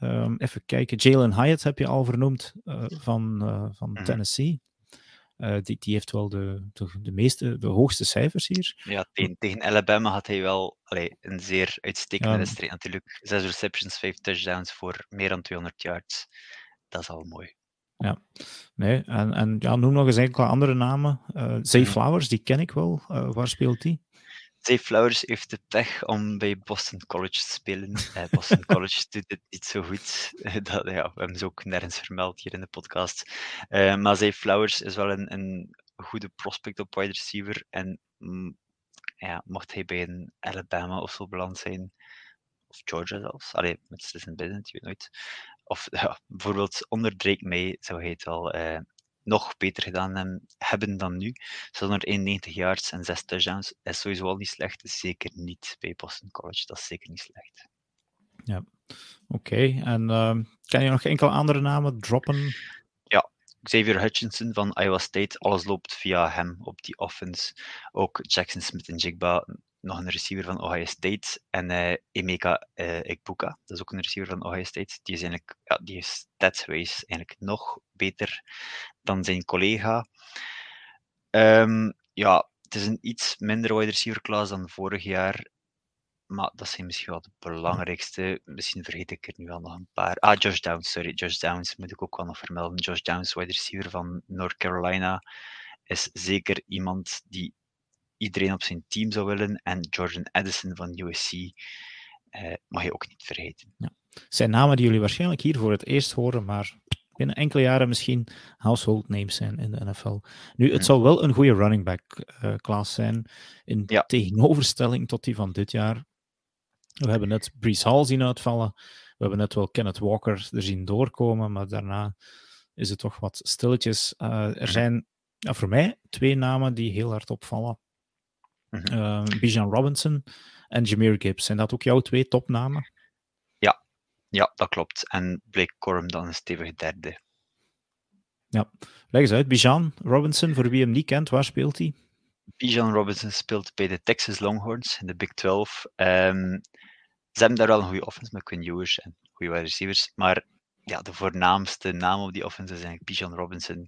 Even kijken. Jalen Hyatt heb je al vernoemd van Tennessee. Die heeft wel de hoogste cijfers hier. Ja, tegen Alabama had hij wel een zeer uitstekende wedstrijd natuurlijk. 6 receptions, 5 touchdowns voor meer dan 200 yards. Dat is al mooi. Ja, nee, en noem nog eens enkele andere namen. Zay Flowers, die ken ik wel. Waar speelt die? Zay Flowers heeft de pech om bij Boston College te spelen. Boston College doet het niet zo goed. We hebben ze ook nergens vermeld hier in de podcast. Maar Zay Flowers is wel een goede prospect op wide receiver. En mocht hij bij een Alabama of zo beland zijn, of Georgia zelfs, met Stetson Bennett, je weet nooit. Of bijvoorbeeld onder Drake May zou hij het wel nog beter gedaan hebben dan nu. 191 yards en 6 touchdowns is sowieso al niet slecht. Is zeker niet bij Boston College. Dat is zeker niet slecht. Ja, oké. En kan je nog enkele andere namen droppen? Ja, Xavier Hutchinson van Iowa State. Alles loopt via hem op die offense. Ook Jackson Smith-Njigba, nog een receiver van Ohio State. En Emeka Egbuka, dat is ook een receiver van Ohio State. Die is eigenlijk, die is statsgewijs eigenlijk nog beter dan zijn collega. Het is een iets minder wide receiver class dan vorig jaar. Maar dat zijn misschien wel de belangrijkste. Misschien vergeet ik er nu wel nog een paar. Josh Downs, Josh Downs moet ik ook wel nog vermelden. Josh Downs, wide receiver van North Carolina, is zeker iemand die iedereen op zijn team zou willen. En Jordan Addison van USC mag je ook niet vergeten. Ja. Het zijn namen die jullie waarschijnlijk hier voor het eerst horen, maar binnen enkele jaren misschien household names zijn in de NFL. Nu, het zou wel een goede running back class zijn, in tegenoverstelling tot die van dit jaar. We hebben net Breece Hall zien uitvallen. We hebben net wel Kenneth Walker er zien doorkomen, maar daarna is het toch wat stilletjes. Er zijn voor mij 2 namen die heel hard opvallen. Bijan Robinson en Jahmyr Gibbs. Zijn dat ook jouw 2 topnamen? Ja, dat klopt. En Blake Corum dan een stevige derde. Ja, leg eens uit. Bijan Robinson, voor wie hem niet kent, waar speelt hij? Bijan Robinson speelt bij de Texas Longhorns in de Big 12. Ze hebben daar wel een goede offense met Quinn Ewers en goede wide receivers. Maar de voornaamste naam op die offense is eigenlijk Bijan Robinson.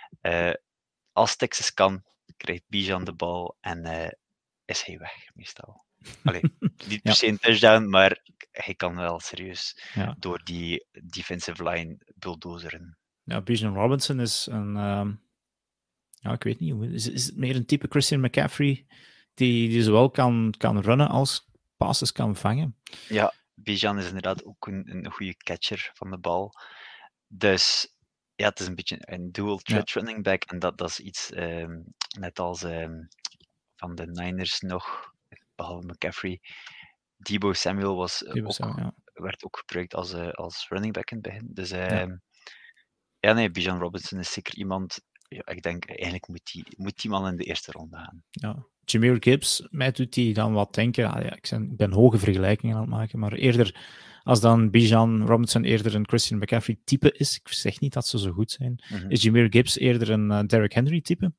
Als Texas kan, krijgt Bijan de bal en is hij weg, meestal. Niet per se een touchdown, maar hij kan wel serieus door die defensive line bulldozeren. Ja, Bijan Robinson is een... ik weet niet, is het meer een type Christian McCaffrey die zowel kan runnen als passes kan vangen? Ja, Bijan is inderdaad ook een goede catcher van de bal. Dus het is een beetje een dual threat running back. En dat is iets net als van de Niners nog, behalve McCaffrey. Deebo Samuel werd ook gebruikt als running back in het begin. Dus Bijan Robinson is zeker iemand. Ja, ik denk eigenlijk moet die man in de eerste ronde gaan. Ja. Jahmyr Gibbs, mij doet die dan wat denken. Ik ben hoge vergelijkingen aan het maken, maar eerder als dan Bijan Robinson eerder een Christian McCaffrey type is. Ik zeg niet dat ze zo goed zijn. Is Jahmyr Gibbs eerder een Derrick Henry type?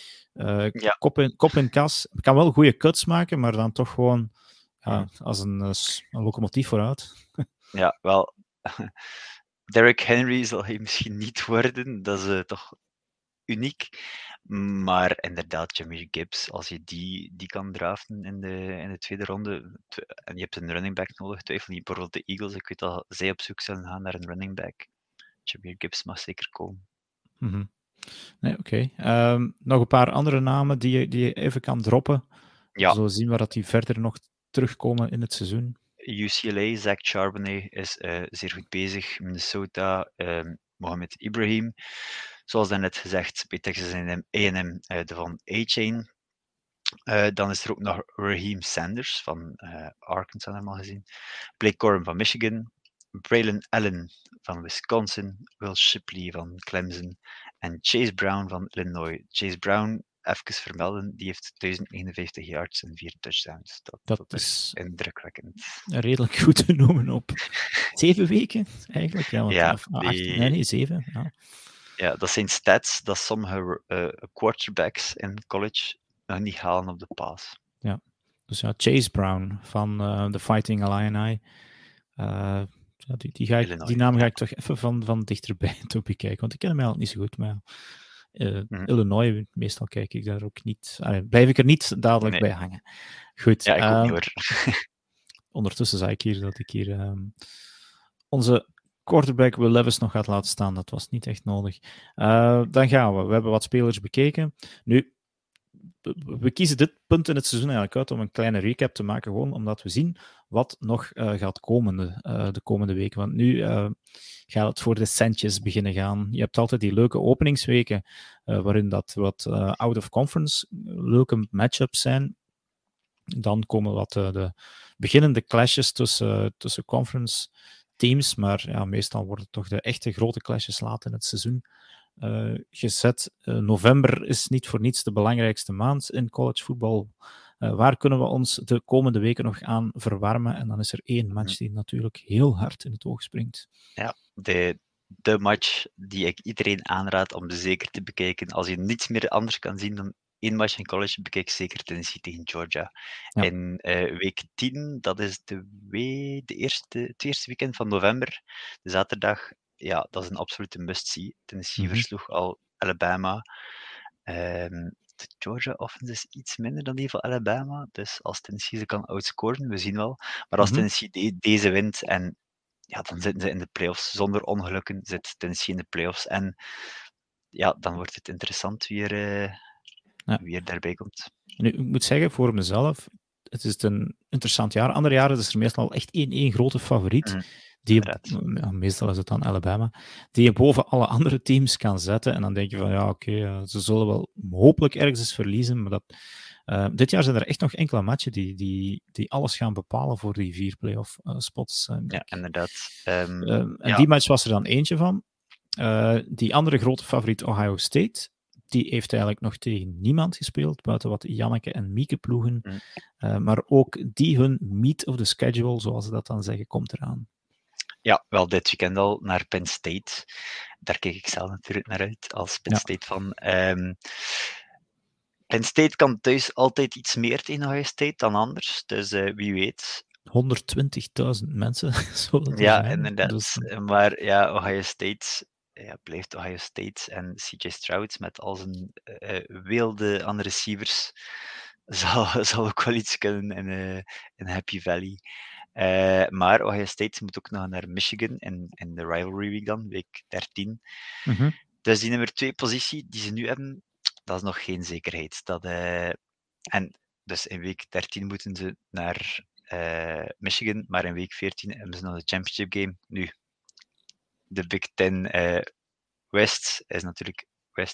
Kop in kas. Kan wel goede cuts maken, maar dan toch gewoon als een locomotief vooruit. Ja, wel. Derrick Henry zal hij misschien niet worden. Dat is toch uniek. Maar inderdaad, Jahmyr Gibbs, als je die kan draften in de tweede ronde, en je hebt een running back nodig, twijfel niet bijvoorbeeld de Eagles, ik weet dat zij op zoek zullen gaan naar een running back. Jahmyr Gibbs mag zeker komen. Nee, oké. Nog een paar andere namen die je even kan droppen. Ja. Zo zien we dat die verder nog terugkomen in het seizoen. UCLA, Zach Charbonnet is zeer goed bezig. Minnesota, Mohamed Ibrahim. Zoals daarnet gezegd, bij Texas A&M de Van A-Chain. Dan is er ook nog Raheem Sanders van Arkansas, helemaal gezien. Blake Corum van Michigan. Braylon Allen van Wisconsin. Will Shipley van Clemson. En Chase Brown van Illinois. Chase Brown, even vermelden, die heeft 1051 yards en 4 touchdowns. Dat is indrukwekkend. Redelijk goed te noemen op 7 weken, eigenlijk. Ja, 7. Ja. Ja, dat zijn stats dat sommige quarterbacks in college nog niet halen op de pass. Ja, dus Chase Brown van de Fighting Illini. ja, die naam ga ik toch even van dichterbij toe bekijken, want ik ken hem eigenlijk niet zo goed, maar Illinois, meestal kijk ik daar ook niet, blijf ik er niet dadelijk bij hangen. Goed. Ja, ik ook niet hoor. Ondertussen zag ik hier dat ik onze quarterback Will Levis nog gaat laten staan. Dat was niet echt nodig. Dan gaan we. We hebben wat spelers bekeken. Nu, we kiezen dit punt in het seizoen eigenlijk uit om een kleine recap te maken, gewoon omdat we zien wat nog gaat komen de komende weken. Want nu gaat het voor de centjes beginnen gaan. Je hebt altijd die leuke openingsweken waarin dat wat out-of-conference leuke matchups zijn. Dan komen wat de beginnende clashes tussen conference teams, maar ja, meestal worden toch de echte grote clashes laat in het seizoen gezet. November is niet voor niets de belangrijkste maand in college voetbal. Waar kunnen we ons de komende weken nog aan verwarmen? En dan is er één match die natuurlijk heel hard in het oog springt. Ja, de match die ik iedereen aanraad om zeker te bekijken. Als je niets meer anders kan zien dan één match in college, bekijk zeker Tennessee tegen Georgia. Ja. In week 10, dat is het eerste weekend van november, de zaterdag. Ja, dat is een absolute must-see. Tennessee versloeg al Alabama. De Georgia offense is iets minder dan die van Alabama. Dus als Tennessee ze kan outscoren, we zien wel. Maar als Tennessee deze wint, en ja, dan zitten ze in de playoffs. Zonder ongelukken zit Tennessee in de playoffs. En ja, dan wordt het interessant wie er daarbij komt. Nu, ik moet zeggen, voor mezelf, het is een interessant jaar. Andere jaren is er meestal echt één grote favoriet. Meestal is het dan Alabama, die je boven alle andere teams kan zetten. En dan denk je van, ja, oké, ze zullen wel hopelijk ergens eens verliezen. Maar dit jaar zijn er echt nog enkele matchen die alles gaan bepalen voor die 4 playoff spots. Ja, inderdaad. Die match was er dan eentje van. Die andere grote favoriet, Ohio State, die heeft eigenlijk nog tegen niemand gespeeld, buiten wat Janneke en Mieke ploegen. Maar ook die hun meat of the schedule, zoals ze dat dan zeggen, komt eraan. Ja, wel dit weekend al naar Penn State. Daar kijk ik zelf natuurlijk naar uit, als Penn State van. Penn State kan thuis altijd iets meer tegen Ohio State dan anders, dus wie weet. 120.000 mensen. Ja, inderdaad. Dus, maar ja, Ohio State blijft Ohio State en CJ Stroud met al zijn weelde aan receivers zal ook wel iets kunnen in Happy Valley. Maar Ohio State moet ook nog naar Michigan in de rivalry week dan, week 13. Dus die nummer 2 positie die ze nu hebben, dat is nog geen zekerheid. En dus in week 13 moeten ze naar Michigan, maar in week 14 hebben ze nog de championship game. Nu, de Big Ten West is natuurlijk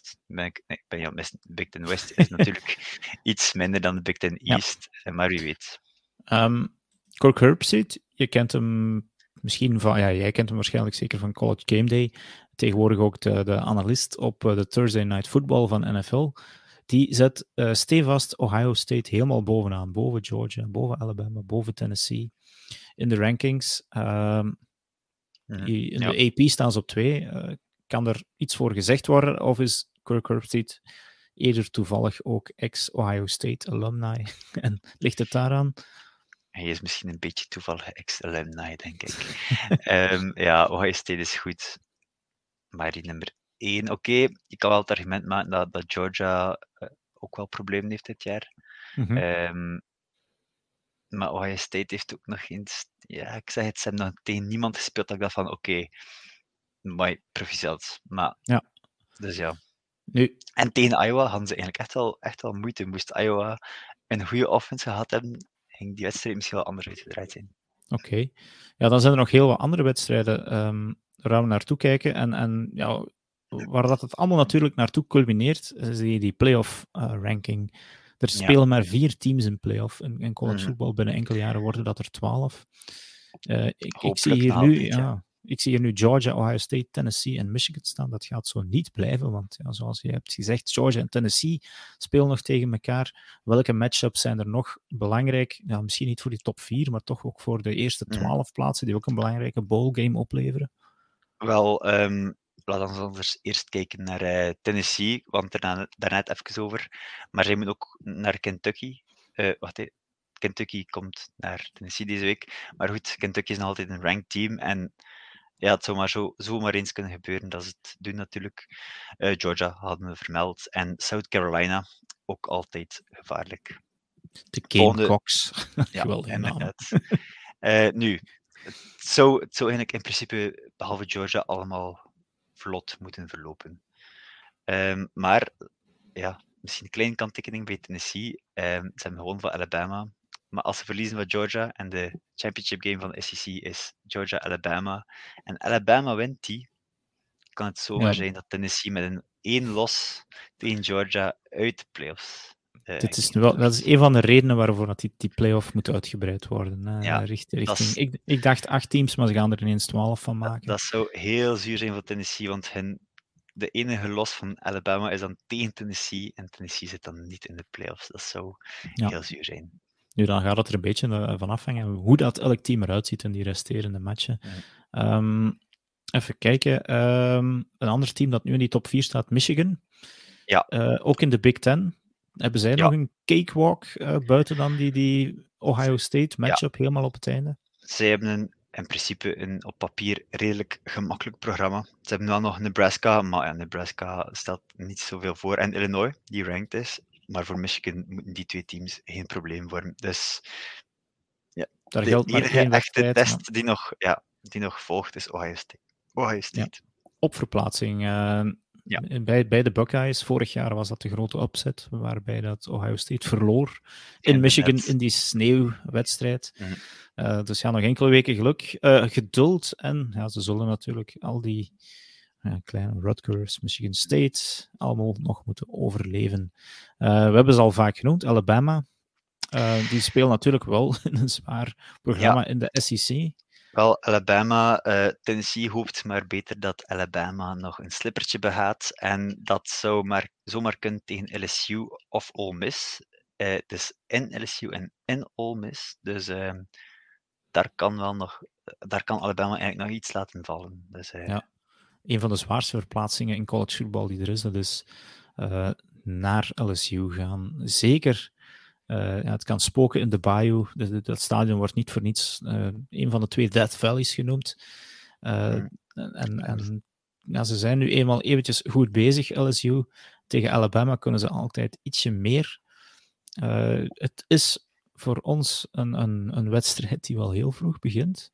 Big Ten West is natuurlijk iets minder dan de Big Ten East, maar wie weet. Kirk Herbstreit, je kent hem misschien van, jij kent hem waarschijnlijk zeker van College Game Day. Tegenwoordig ook de analist op de Thursday Night Football van NFL. Die zet stevast Ohio State helemaal bovenaan. Boven Georgia, boven Alabama, boven Tennessee. In de rankings. In de AP staan ze op 2. Kan er iets voor gezegd worden? Of is Kirk Herbstreit eerder toevallig ook ex-Ohio State alumni? En ligt het daaraan? Hij is misschien een beetje toevallig ex-alumni, denk ik. Ohio State is goed. Maar die nummer 1, oké, je kan wel het argument maken dat Georgia ook wel problemen heeft dit jaar. Maar Ohio State heeft ook nog eens... Ja, ik zeg het, ze hebben nog tegen niemand gespeeld dat ik dacht van, oké, mooi, proficiat. Maar, dus ja. Nu. En tegen Iowa hadden ze eigenlijk echt wel moeite. Moest Iowa een goede offense gehad hebben, ging die wedstrijd misschien wel anders uitgedraaid zijn. Oké. Ja, dan zijn er nog heel wat andere wedstrijden waar we naartoe kijken. En ja, waar dat het allemaal natuurlijk naartoe culmineert, is die playoff ranking. Er spelen maar 4 teams in playoff. In college voetbal binnen enkele jaren worden dat er 12. Ik zie hier nu Georgia, Ohio State, Tennessee en Michigan staan. Dat gaat zo niet blijven, want zoals je hebt gezegd, Georgia en Tennessee spelen nog tegen elkaar. Welke matchups zijn er nog belangrijk? Ja, misschien niet voor die top 4, maar toch ook voor de eerste 12 plaatsen, die ook een belangrijke bowlgame opleveren. Wel, laten we anders eerst kijken naar Tennessee, want daarnet even over. Maar zij moeten ook naar Kentucky. Kentucky komt naar Tennessee deze week. Maar goed, Kentucky is nog altijd een ranked team. En ja, het zou zomaar eens kunnen gebeuren dat ze het doen natuurlijk. Georgia hadden we vermeld. En South Carolina, ook altijd gevaarlijk. De Gamecocks. Ja, Geweldige naam. inderdaad. Nu, het zou eigenlijk in principe, behalve Georgia, allemaal vlot moeten verlopen. Maar ja, misschien een kleine kanttekening bij Tennessee. Ze hebben gewonnen van Alabama. Maar als ze verliezen van Georgia en de championship game van de SEC is Georgia-Alabama en Alabama wint die, kan het zomaar zijn dat Tennessee met een 1 los tegen Georgia uit de playoffs. Dat is een van de redenen waarvoor dat die playoff moet uitgebreid worden. Ja, richting, ik dacht 8 teams, maar ze gaan er ineens 12 van maken. Dat zou heel zuur zijn voor Tennessee, want de enige los van Alabama is dan tegen Tennessee en Tennessee zit dan niet in de playoffs. Dat zou heel zuur zijn. Nu, dan gaat het er een beetje van afhangen hoe dat elk team eruit ziet in die resterende matchen. Even kijken. Een ander team dat nu in die top 4 staat, Michigan. Ja. Ook in de Big Ten. Hebben zij nog een cakewalk buiten dan die Ohio State matchup helemaal op het einde? Zij hebben in principe een op papier redelijk gemakkelijk programma. Ze hebben wel nog Nebraska, maar ja, Nebraska stelt niet zoveel voor. En Illinois, die ranked is. Maar voor Michigan moeten die 2 teams geen probleem vormen. Dus ja, daar geldt maar één echte test die nog volgt is Ohio State. Ja. Op verplaatsing. Bij de Buckeyes, vorig jaar was dat de grote upset, waarbij dat Ohio State verloor in Michigan in die sneeuwwedstrijd. Dus ja, nog enkele weken geluk. Geduld en ze zullen natuurlijk al die kleine Rutgers, Michigan State, allemaal nog moeten overleven. We hebben ze al vaak genoemd, Alabama. Die speelt natuurlijk wel in een zwaar programma in de SEC. Wel, Alabama, Tennessee hoopt maar beter dat Alabama nog een slippertje begaat. En dat zou zomaar kunnen tegen LSU of Ole Miss. Dus in LSU en in Ole Miss. Dus daar kan Alabama eigenlijk nog iets laten vallen. Dus, een van de zwaarste verplaatsingen in college voetbal die er is, dat is naar LSU gaan. Zeker. Het kan spoken in de Bayou. Dat stadion wordt niet voor niets een van de 2 Death Valleys genoemd. Ze zijn nu eenmaal eventjes goed bezig, LSU. Tegen Alabama kunnen ze altijd ietsje meer. Het is voor ons een wedstrijd die wel heel vroeg begint.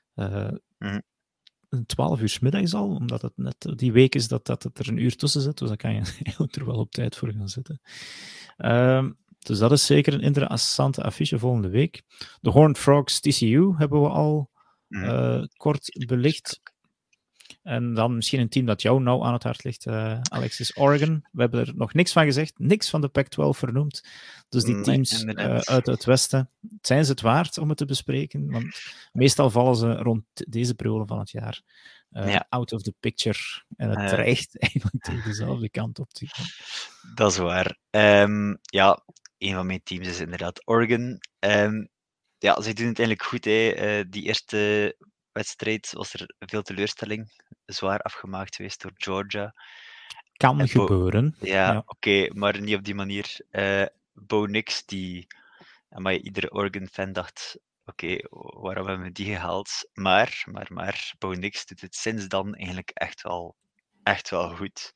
12 uur 's middags al, omdat het net die week is dat er een uur tussen zit. Dus dan kan je er wel op tijd voor gaan zitten. Dus dat is zeker een interessante affiche volgende week. De Horned Frogs TCU hebben we al kort belicht. En dan misschien een team dat jou nou aan het hart ligt, Alex, is Oregon. We hebben er nog niks van gezegd, niks van de Pac-12 vernoemd. Dus die teams uit het westen, zijn ze het waard om het te bespreken? Want meestal vallen ze rond deze periode van het jaar out of the picture. En het dreigt eigenlijk tegen dezelfde kant op te gaan. Dat is waar. Een van mijn teams is inderdaad Oregon. Ze doen het eigenlijk goed. Die eerste wedstrijd was er veel teleurstelling. Zwaar afgemaakt geweest door Georgia. Kan gebeuren. Oké, maar niet op die manier. Bo Nix, iedere Oregon-fan dacht, waarom hebben we die gehaald? Maar Bo Nix doet het sinds dan eigenlijk echt wel goed.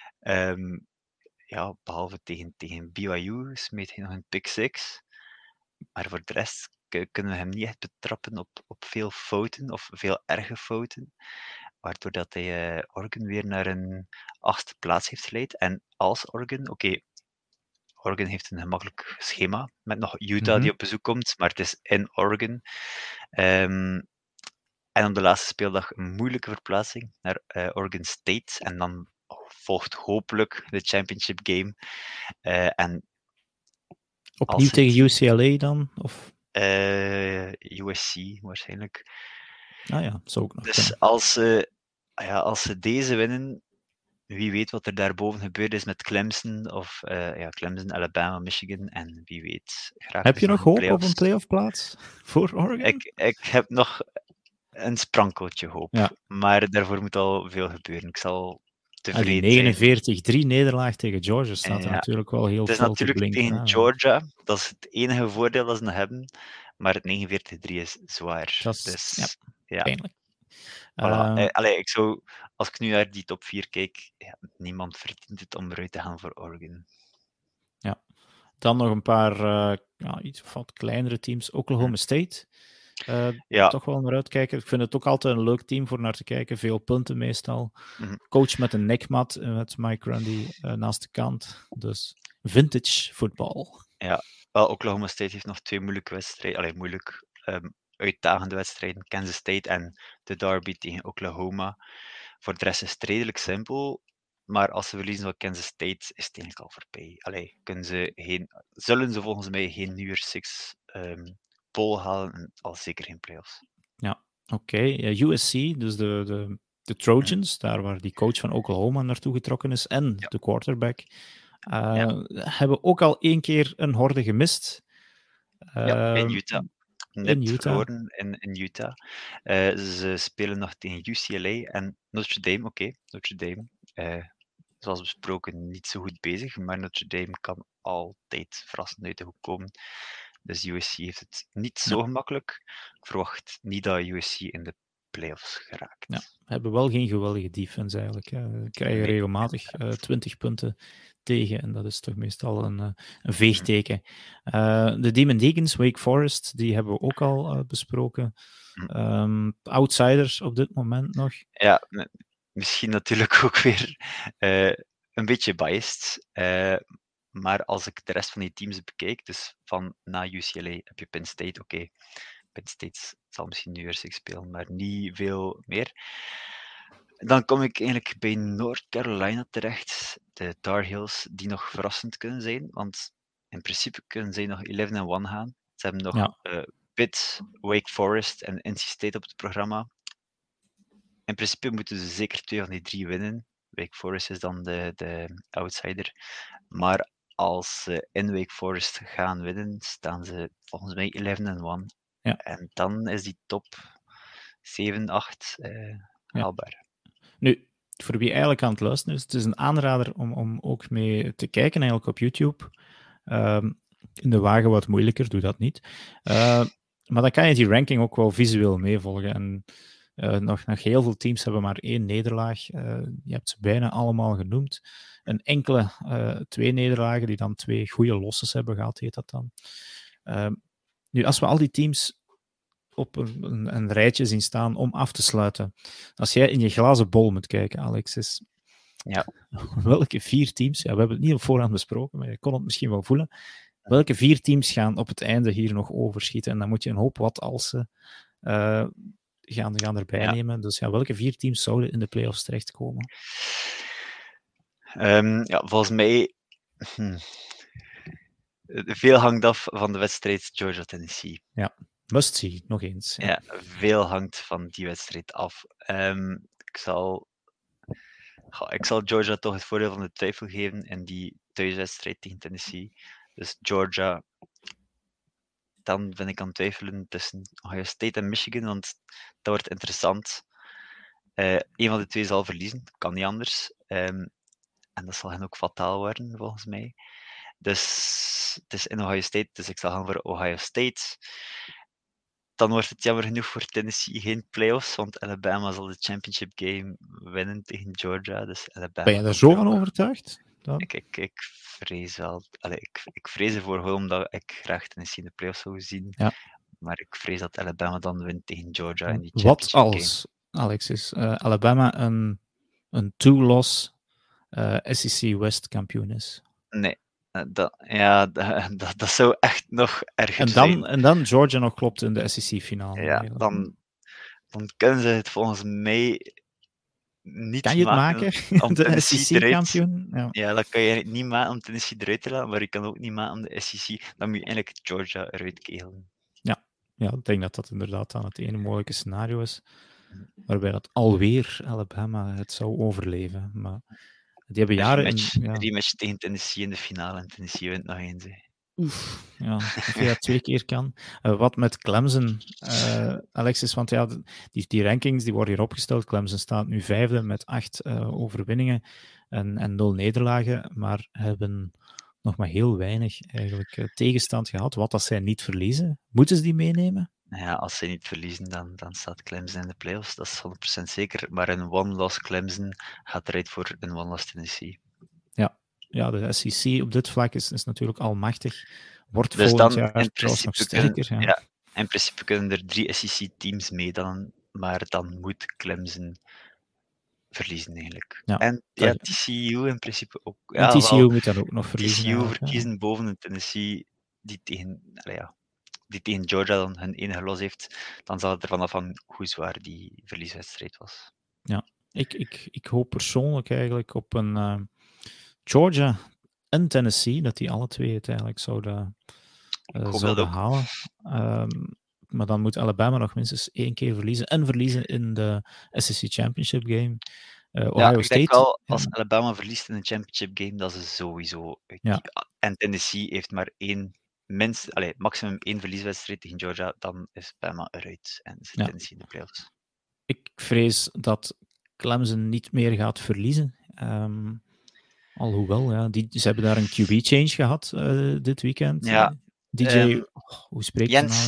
Behalve tegen BYU smeet hij nog een pick 6. Maar voor de rest kunnen we hem niet echt betrappen op veel fouten, of veel erge fouten. Waardoor dat hij Oregon weer naar een 8e plaats heeft geleid. En als Oregon heeft een gemakkelijk schema, met nog Utah die op bezoek komt, maar het is in Oregon. En op de laatste speeldag een moeilijke verplaatsing naar Oregon State. En dan volgt hopelijk de championship game. Opnieuw tegen UCLA dan? Of? USC waarschijnlijk. Zou ook nog dus kunnen. Als ze deze winnen, wie weet wat er daarboven gebeurd is met Clemson, Clemson, Alabama, Michigan, en wie weet. Heb je nog hoop op een playoff plaats voor Oregon? Ik heb nog een sprankeltje hoop, maar daarvoor moet al veel gebeuren. Ik zal tevreden die 49-3 nederlaag tegen Georgia staat er Ja. natuurlijk wel heel Het is fel te natuurlijk blinken. tegen Hè. Georgia, dat is het enige voordeel dat ze nog hebben, maar het 49-3 is zwaar. Dat is Dus ja, pijnlijk. voilà. Ik zou, als ik nu naar die top 4 kijk, niemand verdient het om eruit te gaan voor Oregon. Dan nog een paar iets wat kleinere teams. Oklahoma State. Toch wel naar uitkijken. Ik vind het ook altijd een leuk team voor naar te kijken. Veel punten meestal. Coach met een nekmat, met Mike Grundy naast de kant. Dus vintage voetbal. Ja, wel, Oklahoma State heeft nog 2 moeilijke wedstrijden. Uitdagende wedstrijden. Kansas State en de derby tegen Oklahoma. Voor de rest is het redelijk simpel. Maar als ze verliezen van Kansas State, is het eigenlijk al voorbij. Zullen ze volgens mij geen New Year's Six poll halen en al zeker geen playoffs. Ja, oké. USC, dus de Trojans, daar waar die coach van Oklahoma naartoe getrokken is, en de quarterback, hebben ook al 1 keer een horde gemist. In Utah. Net Utah. verloren in Utah. Ze spelen nog tegen UCLA en Notre Dame. Notre Dame. Zoals besproken, niet zo goed bezig, maar Notre Dame kan altijd verrassend uit de hoek komen. Dus USC heeft het niet zo gemakkelijk. Ik verwacht niet dat USC in de playoffs geraakt. Ja, hebben wel geen geweldige defense eigenlijk. Hè. Krijgen regelmatig 20 punten tegen en dat is toch meestal een veegteken. De Demon Deacons, Wake Forest, die hebben we ook al besproken. Outsiders op dit moment nog. Ja, misschien natuurlijk ook weer een beetje biased. Maar als ik de rest van die teams bekijk, dus van na UCLA heb je Penn State. Penn State zal misschien New Year's Six spelen, maar niet veel meer. Dan kom ik eigenlijk bij North Carolina terecht. De Tar Heels, die nog verrassend kunnen zijn. Want in principe kunnen zij nog 11-1 gaan. Ze hebben nog Pitt, Wake Forest en NC State op het programma. In principe moeten ze zeker 2 van die 3 winnen. Wake Forest is dan de outsider. Maar als ze in Wake Forest gaan winnen, staan ze volgens mij 11-1. Ja. En dan is die top 7-8 haalbaar. Nu, voor wie eigenlijk aan het luisteren is, het is een aanrader om ook mee te kijken eigenlijk op YouTube. In de wagen wat moeilijker, doe dat niet. Maar dan kan je die ranking ook wel visueel meevolgen. En nog heel veel teams hebben maar 1 nederlaag. Je hebt ze bijna allemaal genoemd. Een enkele 2 nederlagen die dan 2 goede losses hebben gehad, heet dat dan. Nu, als we al die teams op een rijtje zien staan om af te sluiten. Als jij in je glazen bol moet kijken, Alexis, welke 4 teams, we hebben het niet op voorhand besproken, maar je kon het misschien wel voelen, welke 4 teams gaan op het einde hier nog overschieten? En dan moet je een hoop wat als ze gaan erbij nemen. Dus welke 4 teams zouden in de playoffs terechtkomen? Volgens mij veel hangt af van de wedstrijd Georgia-Tennessee. Ja, must see, nog eens. Ja, veel hangt van die wedstrijd af. Ik zal Georgia toch het voordeel van de twijfel geven in die thuiswedstrijd tegen Tennessee. Dus Georgia, dan ben ik aan het twijfelen tussen Ohio State en Michigan, want dat wordt interessant. Een van de 2 zal verliezen, kan niet anders. En dat zal hen ook fataal worden, volgens mij. Dus het is in Ohio State, dus ik zal gaan voor Ohio State. Dan wordt het jammer genoeg voor Tennessee geen playoffs, want Alabama zal de championship game winnen tegen Georgia. Dus Alabama, ben je er zo van overtuigd? Ik vrees wel. Ik vrees ervoor gewoon omdat ik graag Tennessee in de playoffs zou zien. Ja. Maar ik vrees dat Alabama dan wint tegen Georgia in die Wat championship als, game. Alexis, Alabama een 2-loss SEC West kampioen is? Nee. Dat zou echt nog erger zijn. En dan Georgia nog klopt in de SEC-finale. Ja, dan kunnen ze het volgens mij niet kan je het maken om de SEC-kampioen? Ja, dat kan je niet maken om Tennessee eruit te laten, maar je kan ook niet maken om de SEC. Dan moet je eigenlijk Georgia eruit kegelen. Ja, ik denk dat dat inderdaad dan het ene mogelijke scenario is, waarbij dat alweer Alabama het zou overleven. Maar die hebben jaren... Rematch tegen Tennessee in de finale en Tennessee wint nog eens. Ja, of je dat 2 keer kan. Wat met Clemson, Alexis, want ja, die rankings die worden hier opgesteld. Clemson staat nu 5e met 8 overwinningen en 0 nederlagen, maar hebben nog maar heel weinig eigenlijk tegenstand gehad. Wat als zij niet verliezen, moeten ze die meenemen? Ja, als ze niet verliezen, dan staat Clemson in de playoffs. Dat is 100% zeker. Maar een one-loss Clemson gaat eruit voor een one-loss Tennessee. Ja, de SEC op dit vlak is natuurlijk almachtig. Wordt Dus volgend dan jaar trouwens nog sterker. Ja. in principe kunnen er 3 SEC-teams mee, maar dan moet Clemson verliezen eigenlijk. Ja, En ja, TCU in principe ook. En Ja, TCU wel, moet dan ook nog verliezen. TCU verkiezen boven een Tennessee die tegen Georgia dan hun enige los heeft. Dan zal het ervan afhangen hoe zwaar die verlieswedstrijd was. Ja, ik hoop persoonlijk eigenlijk op een Georgia en Tennessee, dat die alle twee uiteindelijk zouden halen. Maar dan moet Alabama nog minstens 1 keer verliezen. En verliezen in de SEC Championship game. Ohio ik State. denk wel, als Alabama verliest in een championship game, dat is sowieso... En Tennessee heeft maar maximum 1 verlieswedstrijd tegen Georgia, dan is Bama eruit en zit Tennessee in de playoffs. Ik vrees dat Clemson niet meer gaat verliezen. Alhoewel, ja, ze hebben daar een QB-change gehad dit weekend. Ja. DJ, hoe spreekt Jens,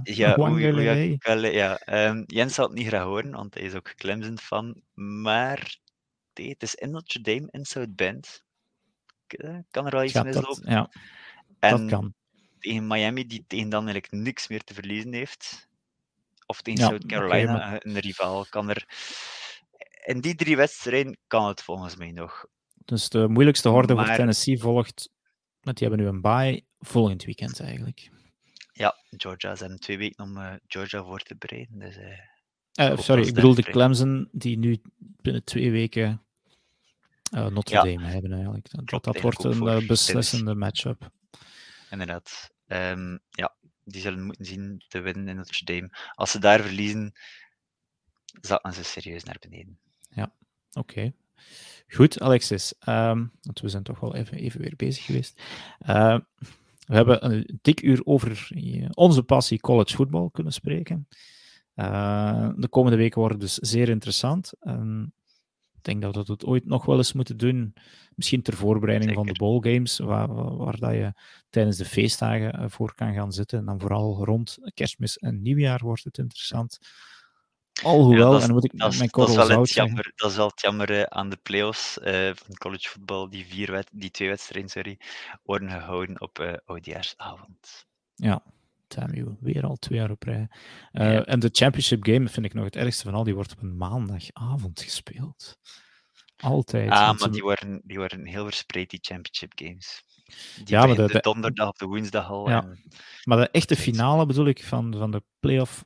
nou? Jens zal het niet graag horen, want hij is ook Clemson-fan. Maar het is in Notre Dame, in South Bend. Kan er wel iets mislopen. Ja, dat kan. Tegen Miami, die tegen dan eigenlijk niks meer te verliezen heeft. Of tegen South Carolina, een rivaal. In die 3 wedstrijden kan het volgens mij nog. Dus de moeilijkste horde voor Tennessee volgt, want die hebben nu een bye, volgend weekend eigenlijk. Ja, Georgia. Ze hebben 2 weken om Georgia voor te bereiden. Dus, ik bedoel de Clemson, die nu binnen 2 weken Notre Dame hebben eigenlijk. Dat wordt een beslissende matchup. Inderdaad. Die zullen moeten zien te winnen in Notre Dame. Als ze daar verliezen, zakken ze serieus naar beneden. Ja, oké. Goed, Alexis. Want we zijn toch wel even weer bezig geweest. We hebben een dik uur over onze passie college voetbal kunnen spreken. De komende weken worden dus zeer interessant. Ik denk dat we het ooit nog wel eens moeten doen. Misschien ter voorbereiding van de bowlgames, waar dat je tijdens de feestdagen voor kan gaan zitten. En dan vooral rond Kerstmis en Nieuwjaar wordt het interessant. Alhoewel, en dan moet ik mijn korrel zout zeggen. Dat is wel het jammer aan de playoffs van college voetbal. Die 2 wedstrijden worden gehouden op oudejaarsavond. Ja, damn you. Weer al 2 jaar op rij. En de championship game vind ik nog het ergste van al. Die wordt op een maandagavond gespeeld. Altijd. Maar die worden heel verspreid, die championship games. Maar de donderdag of de woensdag al. Ja. Maar de echte finale bedoel ik van de playoff.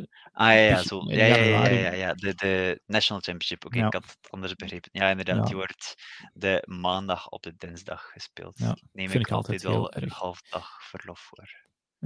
De National Championship. Oké, ik had het anders begrepen. Ja, inderdaad, die wordt de maandag op de dinsdag gespeeld. Ja, neem ik altijd wel een half dag verlof voor.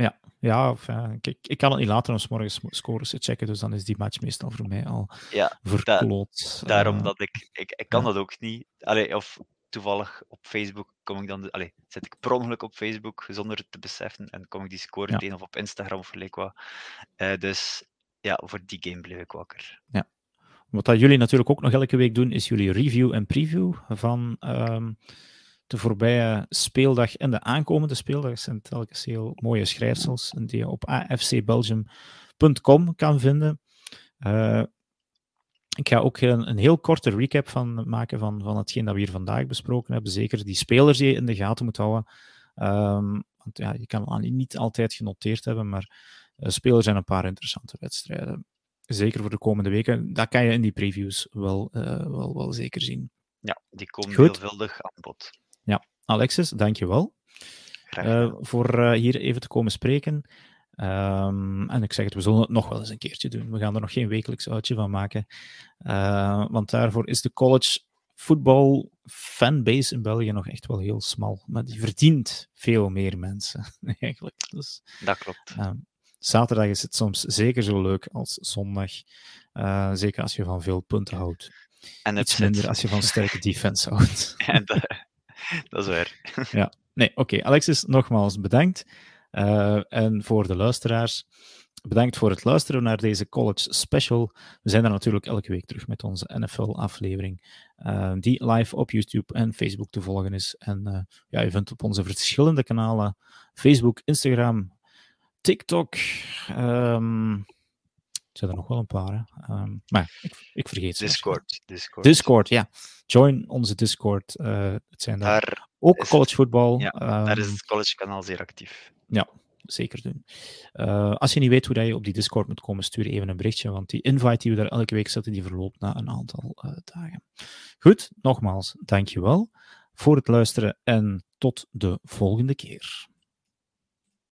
Ik kan het niet laten om 's morgens scores te checken, dus dan is die match meestal voor mij al verkloot. Daarom dat ik kan dat ook niet. Of toevallig op Facebook zet ik per ongeluk op Facebook zonder het te beseffen en kom ik die score tegen of op Instagram of gelijk wat. Dus ja, voor die game bleef ik wakker. Ja. Wat dat jullie natuurlijk ook nog elke week doen, is jullie review en preview van de voorbije speeldag en de aankomende speeldag. Dat zijn telkens heel mooie schrijfsels die je op afcbelgium.com kan vinden. Ik ga ook een heel korte recap maken van hetgeen dat we hier vandaag besproken hebben. Zeker die spelers die je in de gaten moet houden. Want je kan niet altijd genoteerd hebben, maar spelers zijn een paar interessante wedstrijden. Zeker voor de komende weken. Dat kan je in die previews wel zeker zien. Ja, die komen veelvuldig aan bod. Ja, Alexis, dankjewel voor hier even te komen spreken. En ik zeg het, we zullen het nog wel eens een keertje doen. We gaan er nog geen wekelijks uitje van maken. Want daarvoor is de college voetbal fanbase in België nog echt wel heel smal. Maar die verdient veel meer mensen, eigenlijk. Dus, dat klopt. Zaterdag is het soms zeker zo leuk als zondag. Zeker als je van veel punten houdt. En iets minder als je van sterke defense houdt. Dat is waar. Ja. Nee, oké. Alexis, nogmaals bedankt. En voor de luisteraars, bedankt voor het luisteren naar deze College Special. We zijn er natuurlijk elke week terug met onze NFL-aflevering, die live op YouTube en Facebook te volgen is. En je vindt op onze verschillende kanalen, Facebook, Instagram, TikTok. Er zijn er nog wel een paar, hè. Maar ik vergeet ze. Discord, ja. Join onze Discord. Het zijn daar ook collegevoetbal. Ja, daar is het collegekanaal zeer actief. Ja, zeker doen. Als je niet weet hoe je op die Discord moet komen, stuur even een berichtje, want die invite die we daar elke week zetten, die verloopt na een aantal dagen. Goed, nogmaals, dankjewel voor het luisteren en tot de volgende keer.